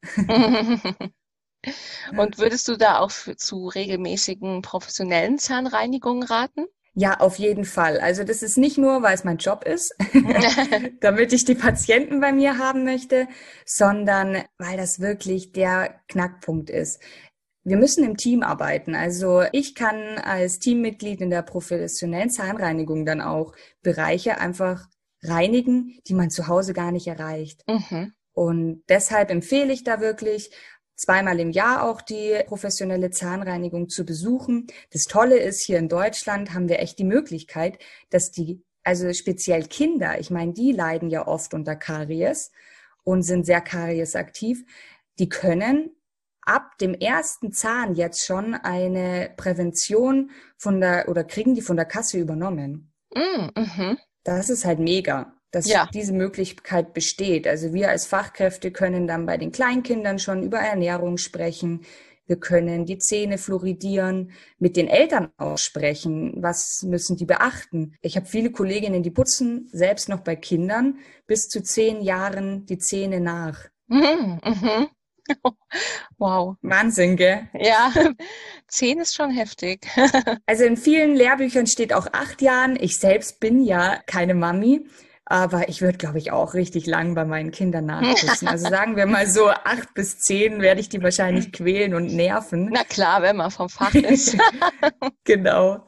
Und würdest du da auch für, zu regelmäßigen professionellen Zahnreinigungen raten? Ja, auf jeden Fall. Also das ist nicht nur, weil es mein Job ist, damit ich die Patienten bei mir haben möchte, sondern weil das wirklich der Knackpunkt ist. Wir müssen im Team arbeiten. Also ich kann als Teammitglied in der professionellen Zahnreinigung dann auch Bereiche einfach reinigen, die man zu Hause gar nicht erreicht. Mhm. Und deshalb empfehle ich da wirklich, zweimal im Jahr auch die professionelle Zahnreinigung zu besuchen. Das Tolle ist, hier in Deutschland haben wir echt die Möglichkeit, dass die, also speziell Kinder, ich meine, die leiden ja oft unter Karies und sind sehr kariesaktiv, die können ab dem ersten Zahn jetzt schon eine Prävention von der, oder kriegen die von der Kasse übernommen. Mm, mhm. Das ist halt mega, dass Ja. diese Möglichkeit besteht. Also wir als Fachkräfte können dann bei den Kleinkindern schon über Ernährung sprechen. Wir können die Zähne fluoridieren, mit den Eltern auch sprechen. Was müssen die beachten? Ich habe viele Kolleginnen, die putzen selbst noch bei Kindern bis zu zehn Jahren die Zähne nach. Mhm, mhm. Wow. Wahnsinn, gell? Ja, zehn ist schon heftig. Also in vielen Lehrbüchern steht auch acht Jahren. Ich selbst bin ja keine Mami, aber ich würde, glaube ich, auch richtig lang bei meinen Kindern nachputzen. Also sagen wir mal so, acht bis zehn werde ich die wahrscheinlich quälen und nerven. Na klar, wenn man vom Fach ist. Genau.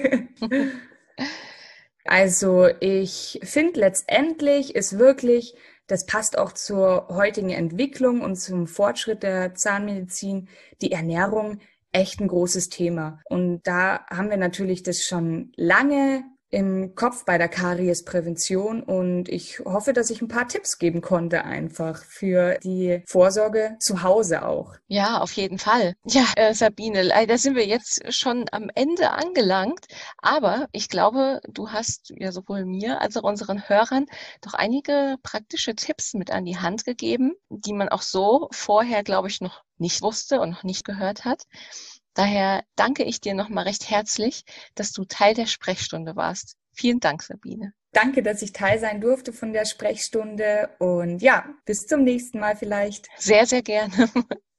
Also ich finde letztendlich ist wirklich, das passt auch zur heutigen Entwicklung und zum Fortschritt der Zahnmedizin, die Ernährung echt ein großes Thema. Und da haben wir natürlich das schon lange im Kopf bei der Kariesprävention und ich hoffe, dass ich ein paar Tipps geben konnte einfach für die Vorsorge zu Hause auch. Ja, auf jeden Fall. Ja, äh, Sabine, leider sind wir jetzt schon am Ende angelangt, aber ich glaube, du hast ja sowohl mir als auch unseren Hörern doch einige praktische Tipps mit an die Hand gegeben, die man auch so vorher, glaube ich, noch nicht wusste und noch nicht gehört hat. Daher danke ich dir nochmal recht herzlich, dass du Teil der Sprechstunde warst. Vielen Dank, Sabine. Danke, dass ich Teil sein durfte von der Sprechstunde und ja, bis zum nächsten Mal vielleicht. Sehr, sehr gerne.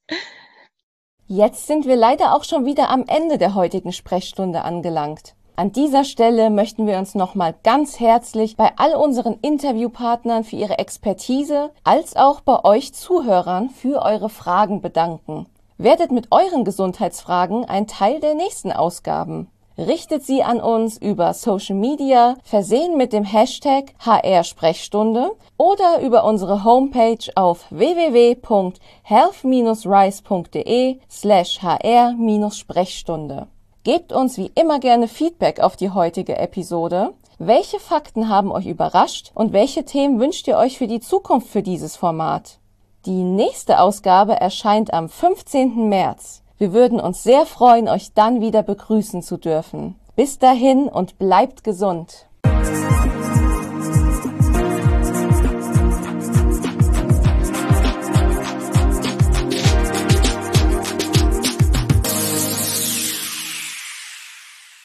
Jetzt sind wir leider auch schon wieder am Ende der heutigen Sprechstunde angelangt. An dieser Stelle möchten wir uns nochmal ganz herzlich bei all unseren Interviewpartnern für ihre Expertise, als auch bei euch Zuhörern für eure Fragen bedanken. Werdet mit euren Gesundheitsfragen ein Teil der nächsten Ausgaben. Richtet sie an uns über Social Media, versehen mit dem Hashtag H R Sprechstunde oder über unsere Homepage auf w w w punkt health dash rise punkt d e slash h r Sprechstunde. Gebt uns wie immer gerne Feedback auf die heutige Episode. Welche Fakten haben euch überrascht und welche Themen wünscht ihr euch für die Zukunft für dieses Format? Die nächste Ausgabe erscheint am fünfzehnten März. Wir würden uns sehr freuen, euch dann wieder begrüßen zu dürfen. Bis dahin und bleibt gesund!